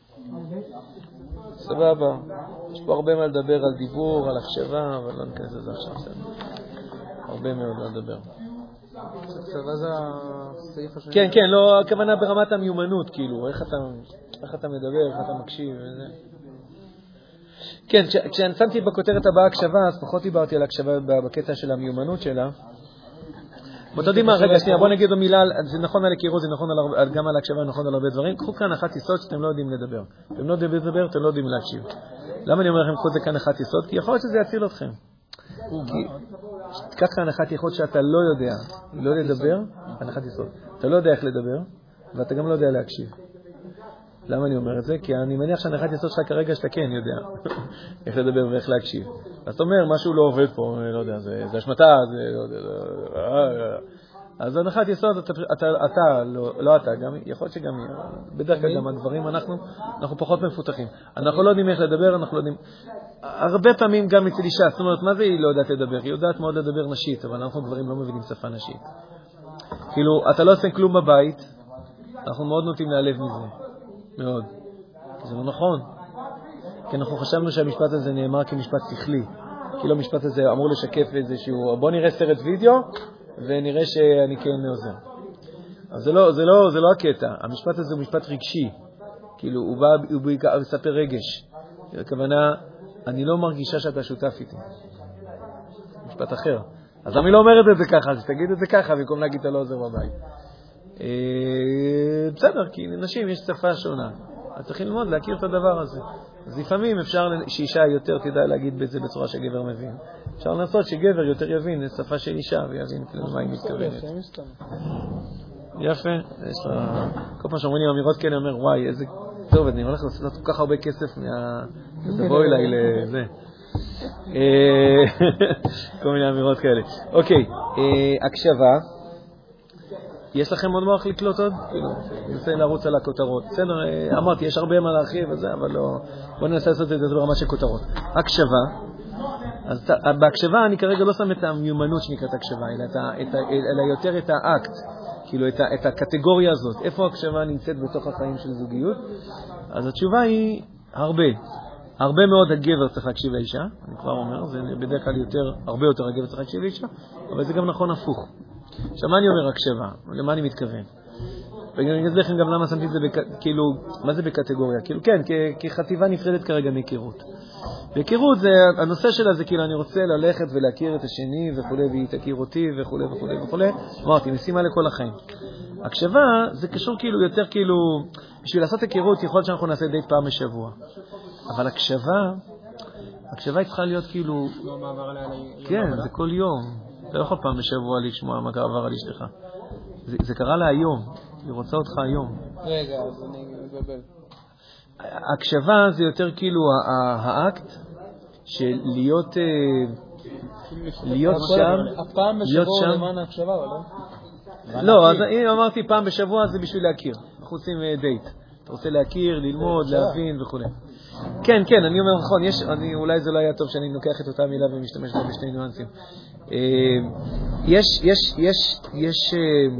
סבבה. יש פה הרבה מה לדבר על דיבור, על החשבה, אבל לא ניכנס לזה עכשיו. בסדר? הרבה מאוד מה לדבר. הצבא זה הסעיף השני? כן, כן, לא, הכוונה ברמת המיומנות, כאילו, איך אתה, איך אתה מדבר, איך אתה מקשיב וזה. כן, כשאני שמתי בכותרת הבאה הקשבה, אז פחות דיברתי על הקשבה בקטע של המיומנות שלה. ואתה יודעים מה, רגע, שנייה, בוא נגיד במילה, זה נכון על הכירות, זה נכון גם על הקשבה, נכון על הרבה דברים. קחו כאן אחת יסוד שאתם לא יודעים לדבר. אתם לא יודעים לדבר, אתם לא יודעים להקשיב. למה אני אומר לכם, קחו זה כאן אחת יסוד? כי יכול להיות שזה יציל אתכם. קח כאן אחת יסוד שאתה לא יודע, לא לדבר, הנחת יסוד. אתה לא יודע איך לדבר, ואתה גם לא יודע להקשיב. למה אני אומר את זה? כי אני מניח שהנחת יסוד שלך כרגע שאתה כן יודע איך לדבר ואיך להקשיב. אז אתה אומר, משהו לא עובד פה, לא יודע, זה, זה השמטה, זה לא יודע, אז הנחת יסוד, אתה, אתה, אתה לא, לא אתה, גם, יכול להיות שגם, בדרך כלל גם הגברים, אנחנו, אנחנו פחות מפותחים. אנחנו לא יודעים איך לדבר, אנחנו לא יודעים, הרבה פעמים גם אצל אישה, זאת אומרת, מה זה היא לא יודעת לדבר? היא יודעת מאוד לדבר נשית, אבל אנחנו גברים לא מבינים שפה נשית. כאילו, אתה לא עושה כלום בבית, אנחנו מאוד נוטים להיעלב מזה. מאוד. זה לא נכון. כי אנחנו חשבנו שהמשפט הזה נאמר כמשפט שכלי. כאילו המשפט הזה אמור לשקף איזשהו, בוא נראה סרט וידאו, ונראה שאני כן עוזר. אז זה לא, זה לא, זה לא הקטע. המשפט הזה הוא משפט רגשי. כאילו, הוא בא, הוא בעיקר, מספר רגש. הכוונה, אני לא מרגישה שאתה שותף איתי. משפט אחר. אז אני לא אומרת את זה ככה, אז תגיד את זה ככה, במקום להגיד אתה לא עוזר בבית. בסדר, כי לנשים יש שפה שונה. אז צריך ללמוד, להכיר את הדבר הזה. אז לפעמים אפשר שאישה יותר תדע להגיד בזה בצורה שגבר מבין. אפשר לנסות שגבר יותר יבין את שפה של אישה ויבין מה היא מתכוונת. יפה. יש לה... כל פעם שאומרים לי אמירות כאלה, אני אומר, וואי, איזה טוב, אני הולך לעשות כל כך הרבה כסף מה... תבואי אליי לזה. כל מיני אמירות כאלה. אוקיי, הקשבה. יש לכם עוד מוח לקלוט עוד? כאילו, אני רוצה לרוץ על הכותרות. בסדר, אמרתי, יש הרבה מה להרחיב וזה, אבל לא... בואו ננסה לעשות את זה ברמה של כותרות. הקשבה. אז בהקשבה אני כרגע לא שם את המיומנות שנקראת הקשבה, אלא, את ה, את ה, אלא יותר את האקט, כאילו את, ה, את הקטגוריה הזאת. איפה הקשבה נמצאת בתוך החיים של זוגיות? אז התשובה היא הרבה. הרבה מאוד הגבר צריך להקשיב לאישה, אני כבר אומר, זה בדרך כלל יותר, הרבה יותר הגבר צריך להקשיב לאישה, אבל זה גם נכון הפוך. עכשיו, מה אני אומר הקשבה? למה אני מתכוון? ואני אגיד לכם גם למה שמתי את זה, בק... כאילו, מה זה בקטגוריה? כאילו, כן, כ... כחטיבה נפרדת כרגע מהיכרות. והיכרות זה, הנושא שלה זה כאילו, אני רוצה ללכת ולהכיר את השני וכו', והיא תכיר אותי וכו' וכו' וכו'. אמרתי, משימה לכל החיים. הקשבה זה קשור כאילו, יותר כאילו, בשביל לעשות היכרות, יכול להיות שאנחנו נעשה די פעם בשבוע. אבל הקשבה, הקשבה היא צריכה להיות כאילו, כן, זה כל יום. אתה לא יכול פעם בשבוע לשמוע מה עבר על אשתך. זה, זה קרה לה היום. היא רוצה אותך היום. רגע, אז אני מבלבל. הקשבה זה יותר כאילו האקט של להיות להיות שם. הפעם בשבוע למען ההקשבה, אבל לא? לא, אז אמרתי פעם בשבוע זה בשביל להכיר. אנחנו עושים דייט. אתה רוצה להכיר, ללמוד, להבין וכו'. כן, כן, אני אומר נכון, יש, אני, אולי זה לא היה טוב שאני לוקח את אותה מילה ומשתמש בה בשני ניואנסים. יש, יש, יש, יש,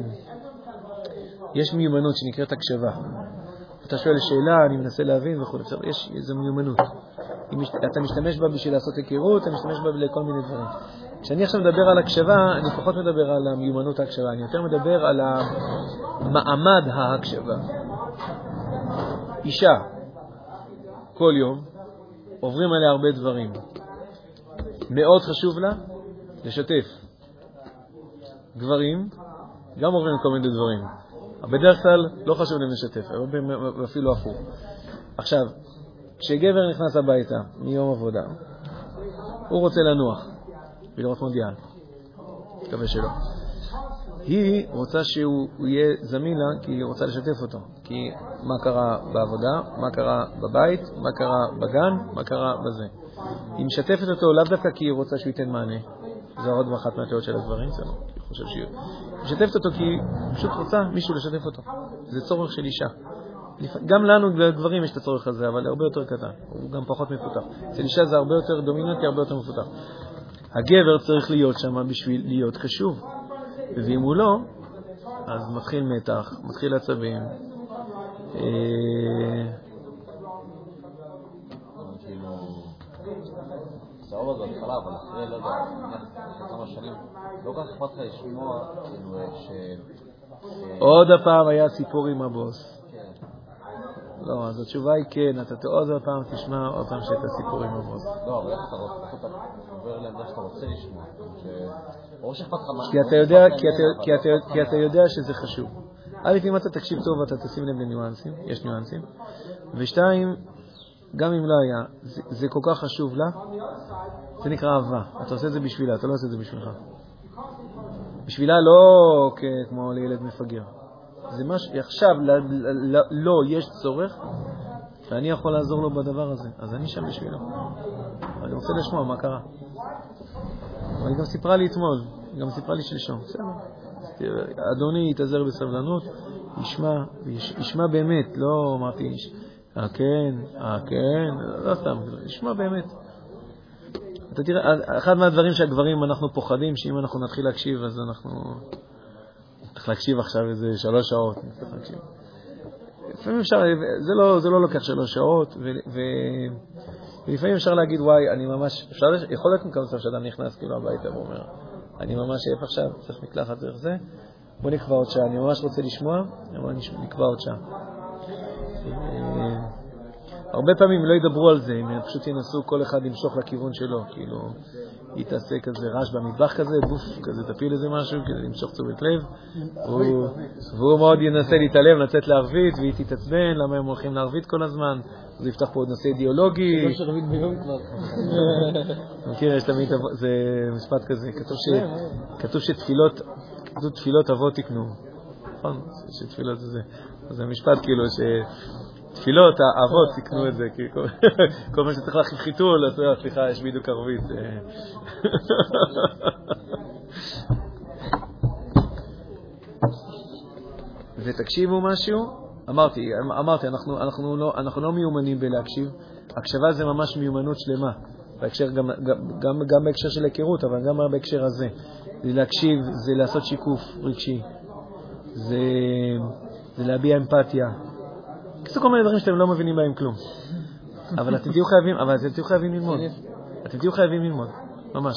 יש מיומנות שנקראת הקשבה. אתה שואל שאלה, אני מנסה להבין וכו'. יש איזו מיומנות. אתה משתמש בה בשביל לעשות היכרות, אתה משתמש בה לכל מיני דברים. כשאני עכשיו מדבר על הקשבה, אני פחות מדבר על המיומנות ההקשבה, אני יותר מדבר על המעמד ההקשבה. אישה, כל יום, עוברים עליה הרבה דברים. מאוד חשוב לה לשתף. גברים, גם עוברים כל מיני דברים. בדרך כלל לא חשוב להם לשתף, אפילו הפוך. עכשיו, כשגבר נכנס הביתה מיום עבודה, הוא רוצה לנוח ולראות מונדיאל. מקווה שלא. היא רוצה שהוא יהיה זמין לה, כי היא רוצה לשתף אותו. כי מה קרה בעבודה, מה קרה בבית, מה קרה בגן, מה קרה בזה. היא משתפת אותו לאו דווקא כי היא רוצה שהוא ייתן מענה. זה עוד אחת מהתיאוריות של הדברים, זה לא, אני חושב שהיא משתפת אותו כי היא פשוט רוצה מישהו לשתף אותו. זה צורך של אישה. גם לנו, לגברים, יש את הצורך הזה, אבל הרבה יותר קטן. הוא גם פחות מפותח. אצל אישה זה הרבה יותר דומיננטי, הרבה יותר מפותח. הגבר צריך להיות שם בשביל להיות חשוב. ואם הוא לא, אז מתחיל מתח, מתחיל עצבים. כאילו, סבבה זה התחלה, אבל אחרי, לא יודע, כמה שנים, לא כך אכפת לך לשמוע, כאילו, ש... עוד הפעם היה סיפור עם הבוס. לא, אז התשובה היא כן, אתה עוד פעם תשמע עוד פעם שאת הסיפור עם הבוס. לא, אבל איך אתה עובר לעמדה שאתה רוצה לשמוע? או שאכפת לך מה... כי אתה יודע שזה חשוב. א', אם אתה תקשיב טוב, אתה תשים לב לניואנסים, יש ניואנסים. ושתיים, גם אם לא היה, זה, זה כל כך חשוב לה, זה נקרא אהבה. אתה עושה את זה בשבילה, אתה לא עושה את זה בשבילך. בשבילה לא כמו לילד מפגר. זה מה שעכשיו לא יש צורך, ואני יכול לעזור לו בדבר הזה. אז אני שם בשבילו. אני רוצה לשמוע מה קרה. אבל היא גם סיפרה לי אתמול, היא גם סיפרה לי שלשום. בסדר. אדוני יתעזר בסבלנות, ישמע, ישמע באמת, לא אמרתי, אה כן, אה כן, לא סתם, ישמע באמת. אתה תראה, אחד מהדברים שהגברים אנחנו פוחדים, שאם אנחנו נתחיל להקשיב, אז אנחנו צריך להקשיב עכשיו איזה שלוש שעות, צריך להקשיב. לפעמים אפשר, זה לא, זה לא לוקח שלוש שעות, ו, ו, ולפעמים אפשר להגיד, וואי, אני ממש, אפשר, יכול להיות מכמה סוף שאדם נכנס כאילו הביתה ואומר, אני ממש עייף עכשיו, צריך מקלחת דרך זה, בוא נקבע עוד שעה, אני ממש רוצה לשמוע, בוא נקבע עוד שעה. הרבה פעמים לא ידברו על זה, הם פשוט ינסו כל אחד למשוך לכיוון שלו, כאילו, היא תעשה כזה רעש במטבח כזה, בוף, כזה תפיל איזה משהו, כדי למשוך תשומת לב, והוא מאוד ינסה להתעלם, לצאת לערבית, והיא תתעצבן, למה הם הולכים לערבית כל הזמן, אז יפתח פה עוד נושא אידיאולוגי. זה לא שרבית ביום כבר. מכיר, יש תמיד, זה משפט כזה, כתוב שתפילות, כתוב תפילות אבות תקנו. נכון, שתפילות זה, זה משפט כאילו ש... תפילות, האבות תקנו את זה, כי כל מה שצריך להכין חיתול, אז סליחה, יש בדיוק ערבית. ותקשיבו משהו, אמרתי, אמרתי, אנחנו, אנחנו לא, אנחנו לא מיומנים בלהקשיב, הקשבה זה ממש מיומנות שלמה, בהקשר, גם, גם, גם בהקשר של היכרות, אבל גם בהקשר הזה. להקשיב זה לעשות שיקוף רגשי, זה, זה להביע אמפתיה, כסו כל מיני דברים שאתם לא מבינים בהם כלום. אבל אתם תהיו חייבים, אבל אתם תהיו חייבים ללמוד. אתם תהיו חייבים ללמוד, ממש.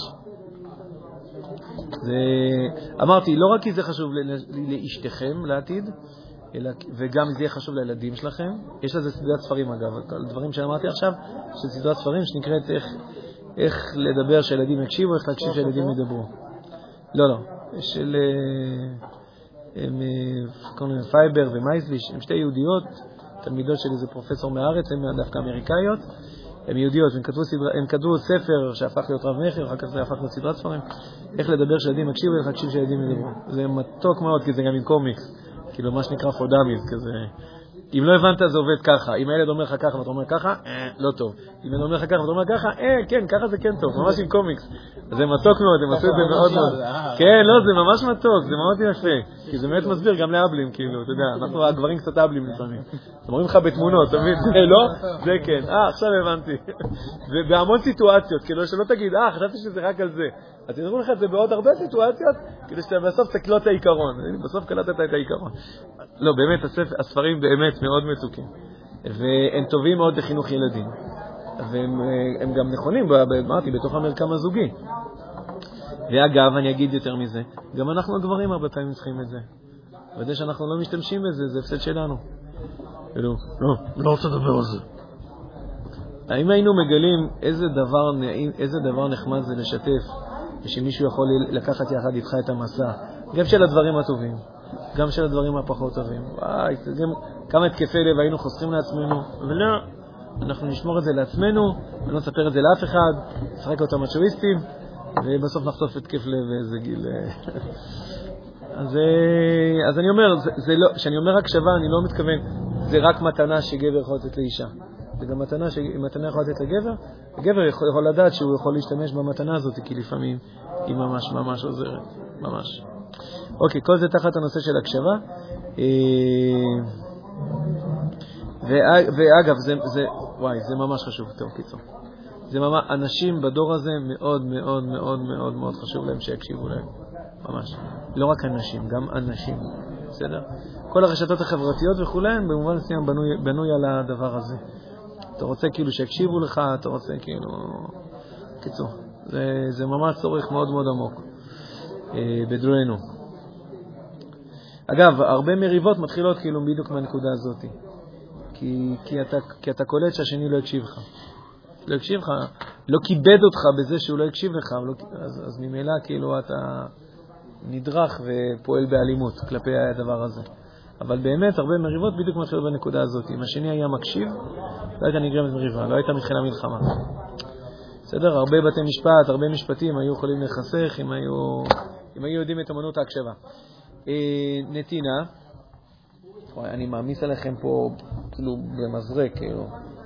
זה, אמרתי, לא רק כי זה חשוב לאשתכם לעתיד, אלא, וגם זה יהיה חשוב לילדים שלכם. יש לזה סדרת ספרים אגב, הדברים שאמרתי עכשיו, של סדרת ספרים שנקראת איך, איך לדבר שהילדים יקשיבו, איך להקשיב שהילדים ידברו. לא, לא. של הם, קוראים להם פייבר ומייזלי, הם שתי יהודיות, תלמידות של איזה פרופסור מהארץ, הן דווקא אמריקאיות, הן יהודיות, הם כתבו, סדרה, הם כתבו ספר שהפך להיות רב מחר, אחר כך זה הפך להיות סדרת ספרים, איך לדבר שהילדים יקשיבו, איך להקשיב שהילדים ידברו. זה מתוק מאוד, כי זה גם עם קומיקס, כאילו מה שנקרא פודאמיז, כזה. אם לא הבנת, זה עובד ככה. אם הילד אומר לך ככה ואתה אומר ככה, אה, לא טוב. אם הילד אומר לך ככה ואתה אומר ככה, אה, כן, ככה זה כן טוב, ממש עם קומיקס. זה מתוק מאוד, הם עשו את זה מאוד מאוד. כן, לא, זה ממש מתוק, זה מאוד יפה. כי זה באמת מסביר גם לאבלים, כאילו, אתה יודע, אנחנו הגברים קצת אבלים לפעמים. הם אומרים לך בתמונות, אתה מבין? לא? זה כן. אה, עכשיו הבנתי. ובהמון סיטואציות, כאילו, שלא תגיד, אה, חשבתי שזה רק על זה. אז ידעו לך את זה בעוד הרבה סיטואציות, כדי שאתה בסוף תקלוט את העיקרון. בסוף קלטת את העיקרון. לא, באמת, הספרים באמת מאוד מתוקים. והם טובים מאוד לחינוך ילדים. והם גם נכונים, אמרתי, בתוך המרקם הזוגי. ואגב, אני אגיד יותר מזה, גם אנחנו הגברים הרבה פעמים צריכים את זה. וזה שאנחנו לא משתמשים בזה, זה הפסד שלנו. לא, לא, לא רוצה לדבר על זה. האם היינו מגלים איזה דבר נעים, איזה דבר נחמד זה לשתף, ושמישהו יכול לקחת יחד איתך את המסע, גם של הדברים הטובים, גם של הדברים הפחות טובים. וואי, גם כמה התקפי לב היינו חוסכים לעצמנו, ולא, אנחנו נשמור את זה לעצמנו, ולא נספר את זה לאף אחד, נשחק אותם מצ'ואיסטים, ובסוף נחטוף התקף לב איזה גיל. אז, אז אני אומר, זה, זה לא, כשאני אומר הקשבה, אני לא מתכוון, זה רק מתנה שגבר יכול לתת לאישה. זה גם מתנה שמתנה יכול לתת לגבר, הגבר יכול, יכול לדעת שהוא יכול להשתמש במתנה הזאת, כי לפעמים היא ממש ממש עוזרת, ממש. אוקיי, כל זה תחת הנושא של הקשבה. ואגב, זה, זה, וואי, זה ממש חשוב, טוב, קיצור. זה ממש, אנשים בדור הזה מאוד מאוד מאוד מאוד מאוד חשוב להם שיקשיבו להם, ממש. לא רק אנשים, גם אנשים, בסדר? כל הרשתות החברתיות וכולן, במובן מסוים בנוי, בנוי על הדבר הזה. אתה רוצה כאילו שיקשיבו לך, אתה רוצה כאילו... קיצור, זה, זה ממש צורך מאוד מאוד עמוק אה, בדורנו. אגב, הרבה מריבות מתחילות כאילו בדיוק מהנקודה הזאת. כי, כי, אתה, כי אתה קולט שהשני לא יקשיב לך. לא יקשיב לך, לא כיבד אותך בזה שהוא לא יקשיב לך, לא, אז, אז ממילא כאילו אתה נדרך ופועל באלימות כלפי הדבר הזה. אבל באמת הרבה מריבות בדיוק מתחילות בנקודה הזאת. אם השני היה מקשיב, לא הייתה נגרמת מריבה, לא הייתה מתחילה מלחמה. בסדר? הרבה בתי משפט, הרבה משפטים היו יכולים לחסך אם היו, אם היו יודעים את אמנות ההקשבה. אה, נתינה, וואי, אני מאמיס עליכם פה כאילו במזרק, כאילו.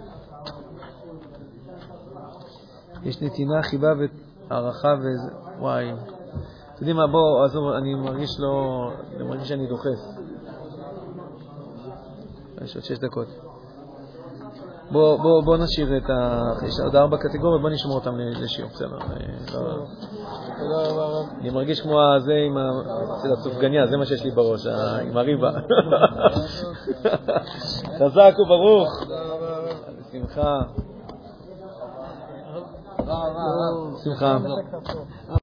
יש נתינה, חיבה והערכה וזה, וואי. אתם יודעים מה, בוא, עזוב, אני מרגיש לא, אני מרגיש שאני דוחס. יש עוד שש דקות. בוא, בוא, בוא נשאיר את ה... יש עוד ארבע קטגוריות, בוא נשמור אותם לשיעור, בסדר. תודה רבה. אני מרגיש כמו הזה עם הסופגניה, זה מה שיש לי בראש, עם הריבה. חזק וברוך. בשמחה. שמחה.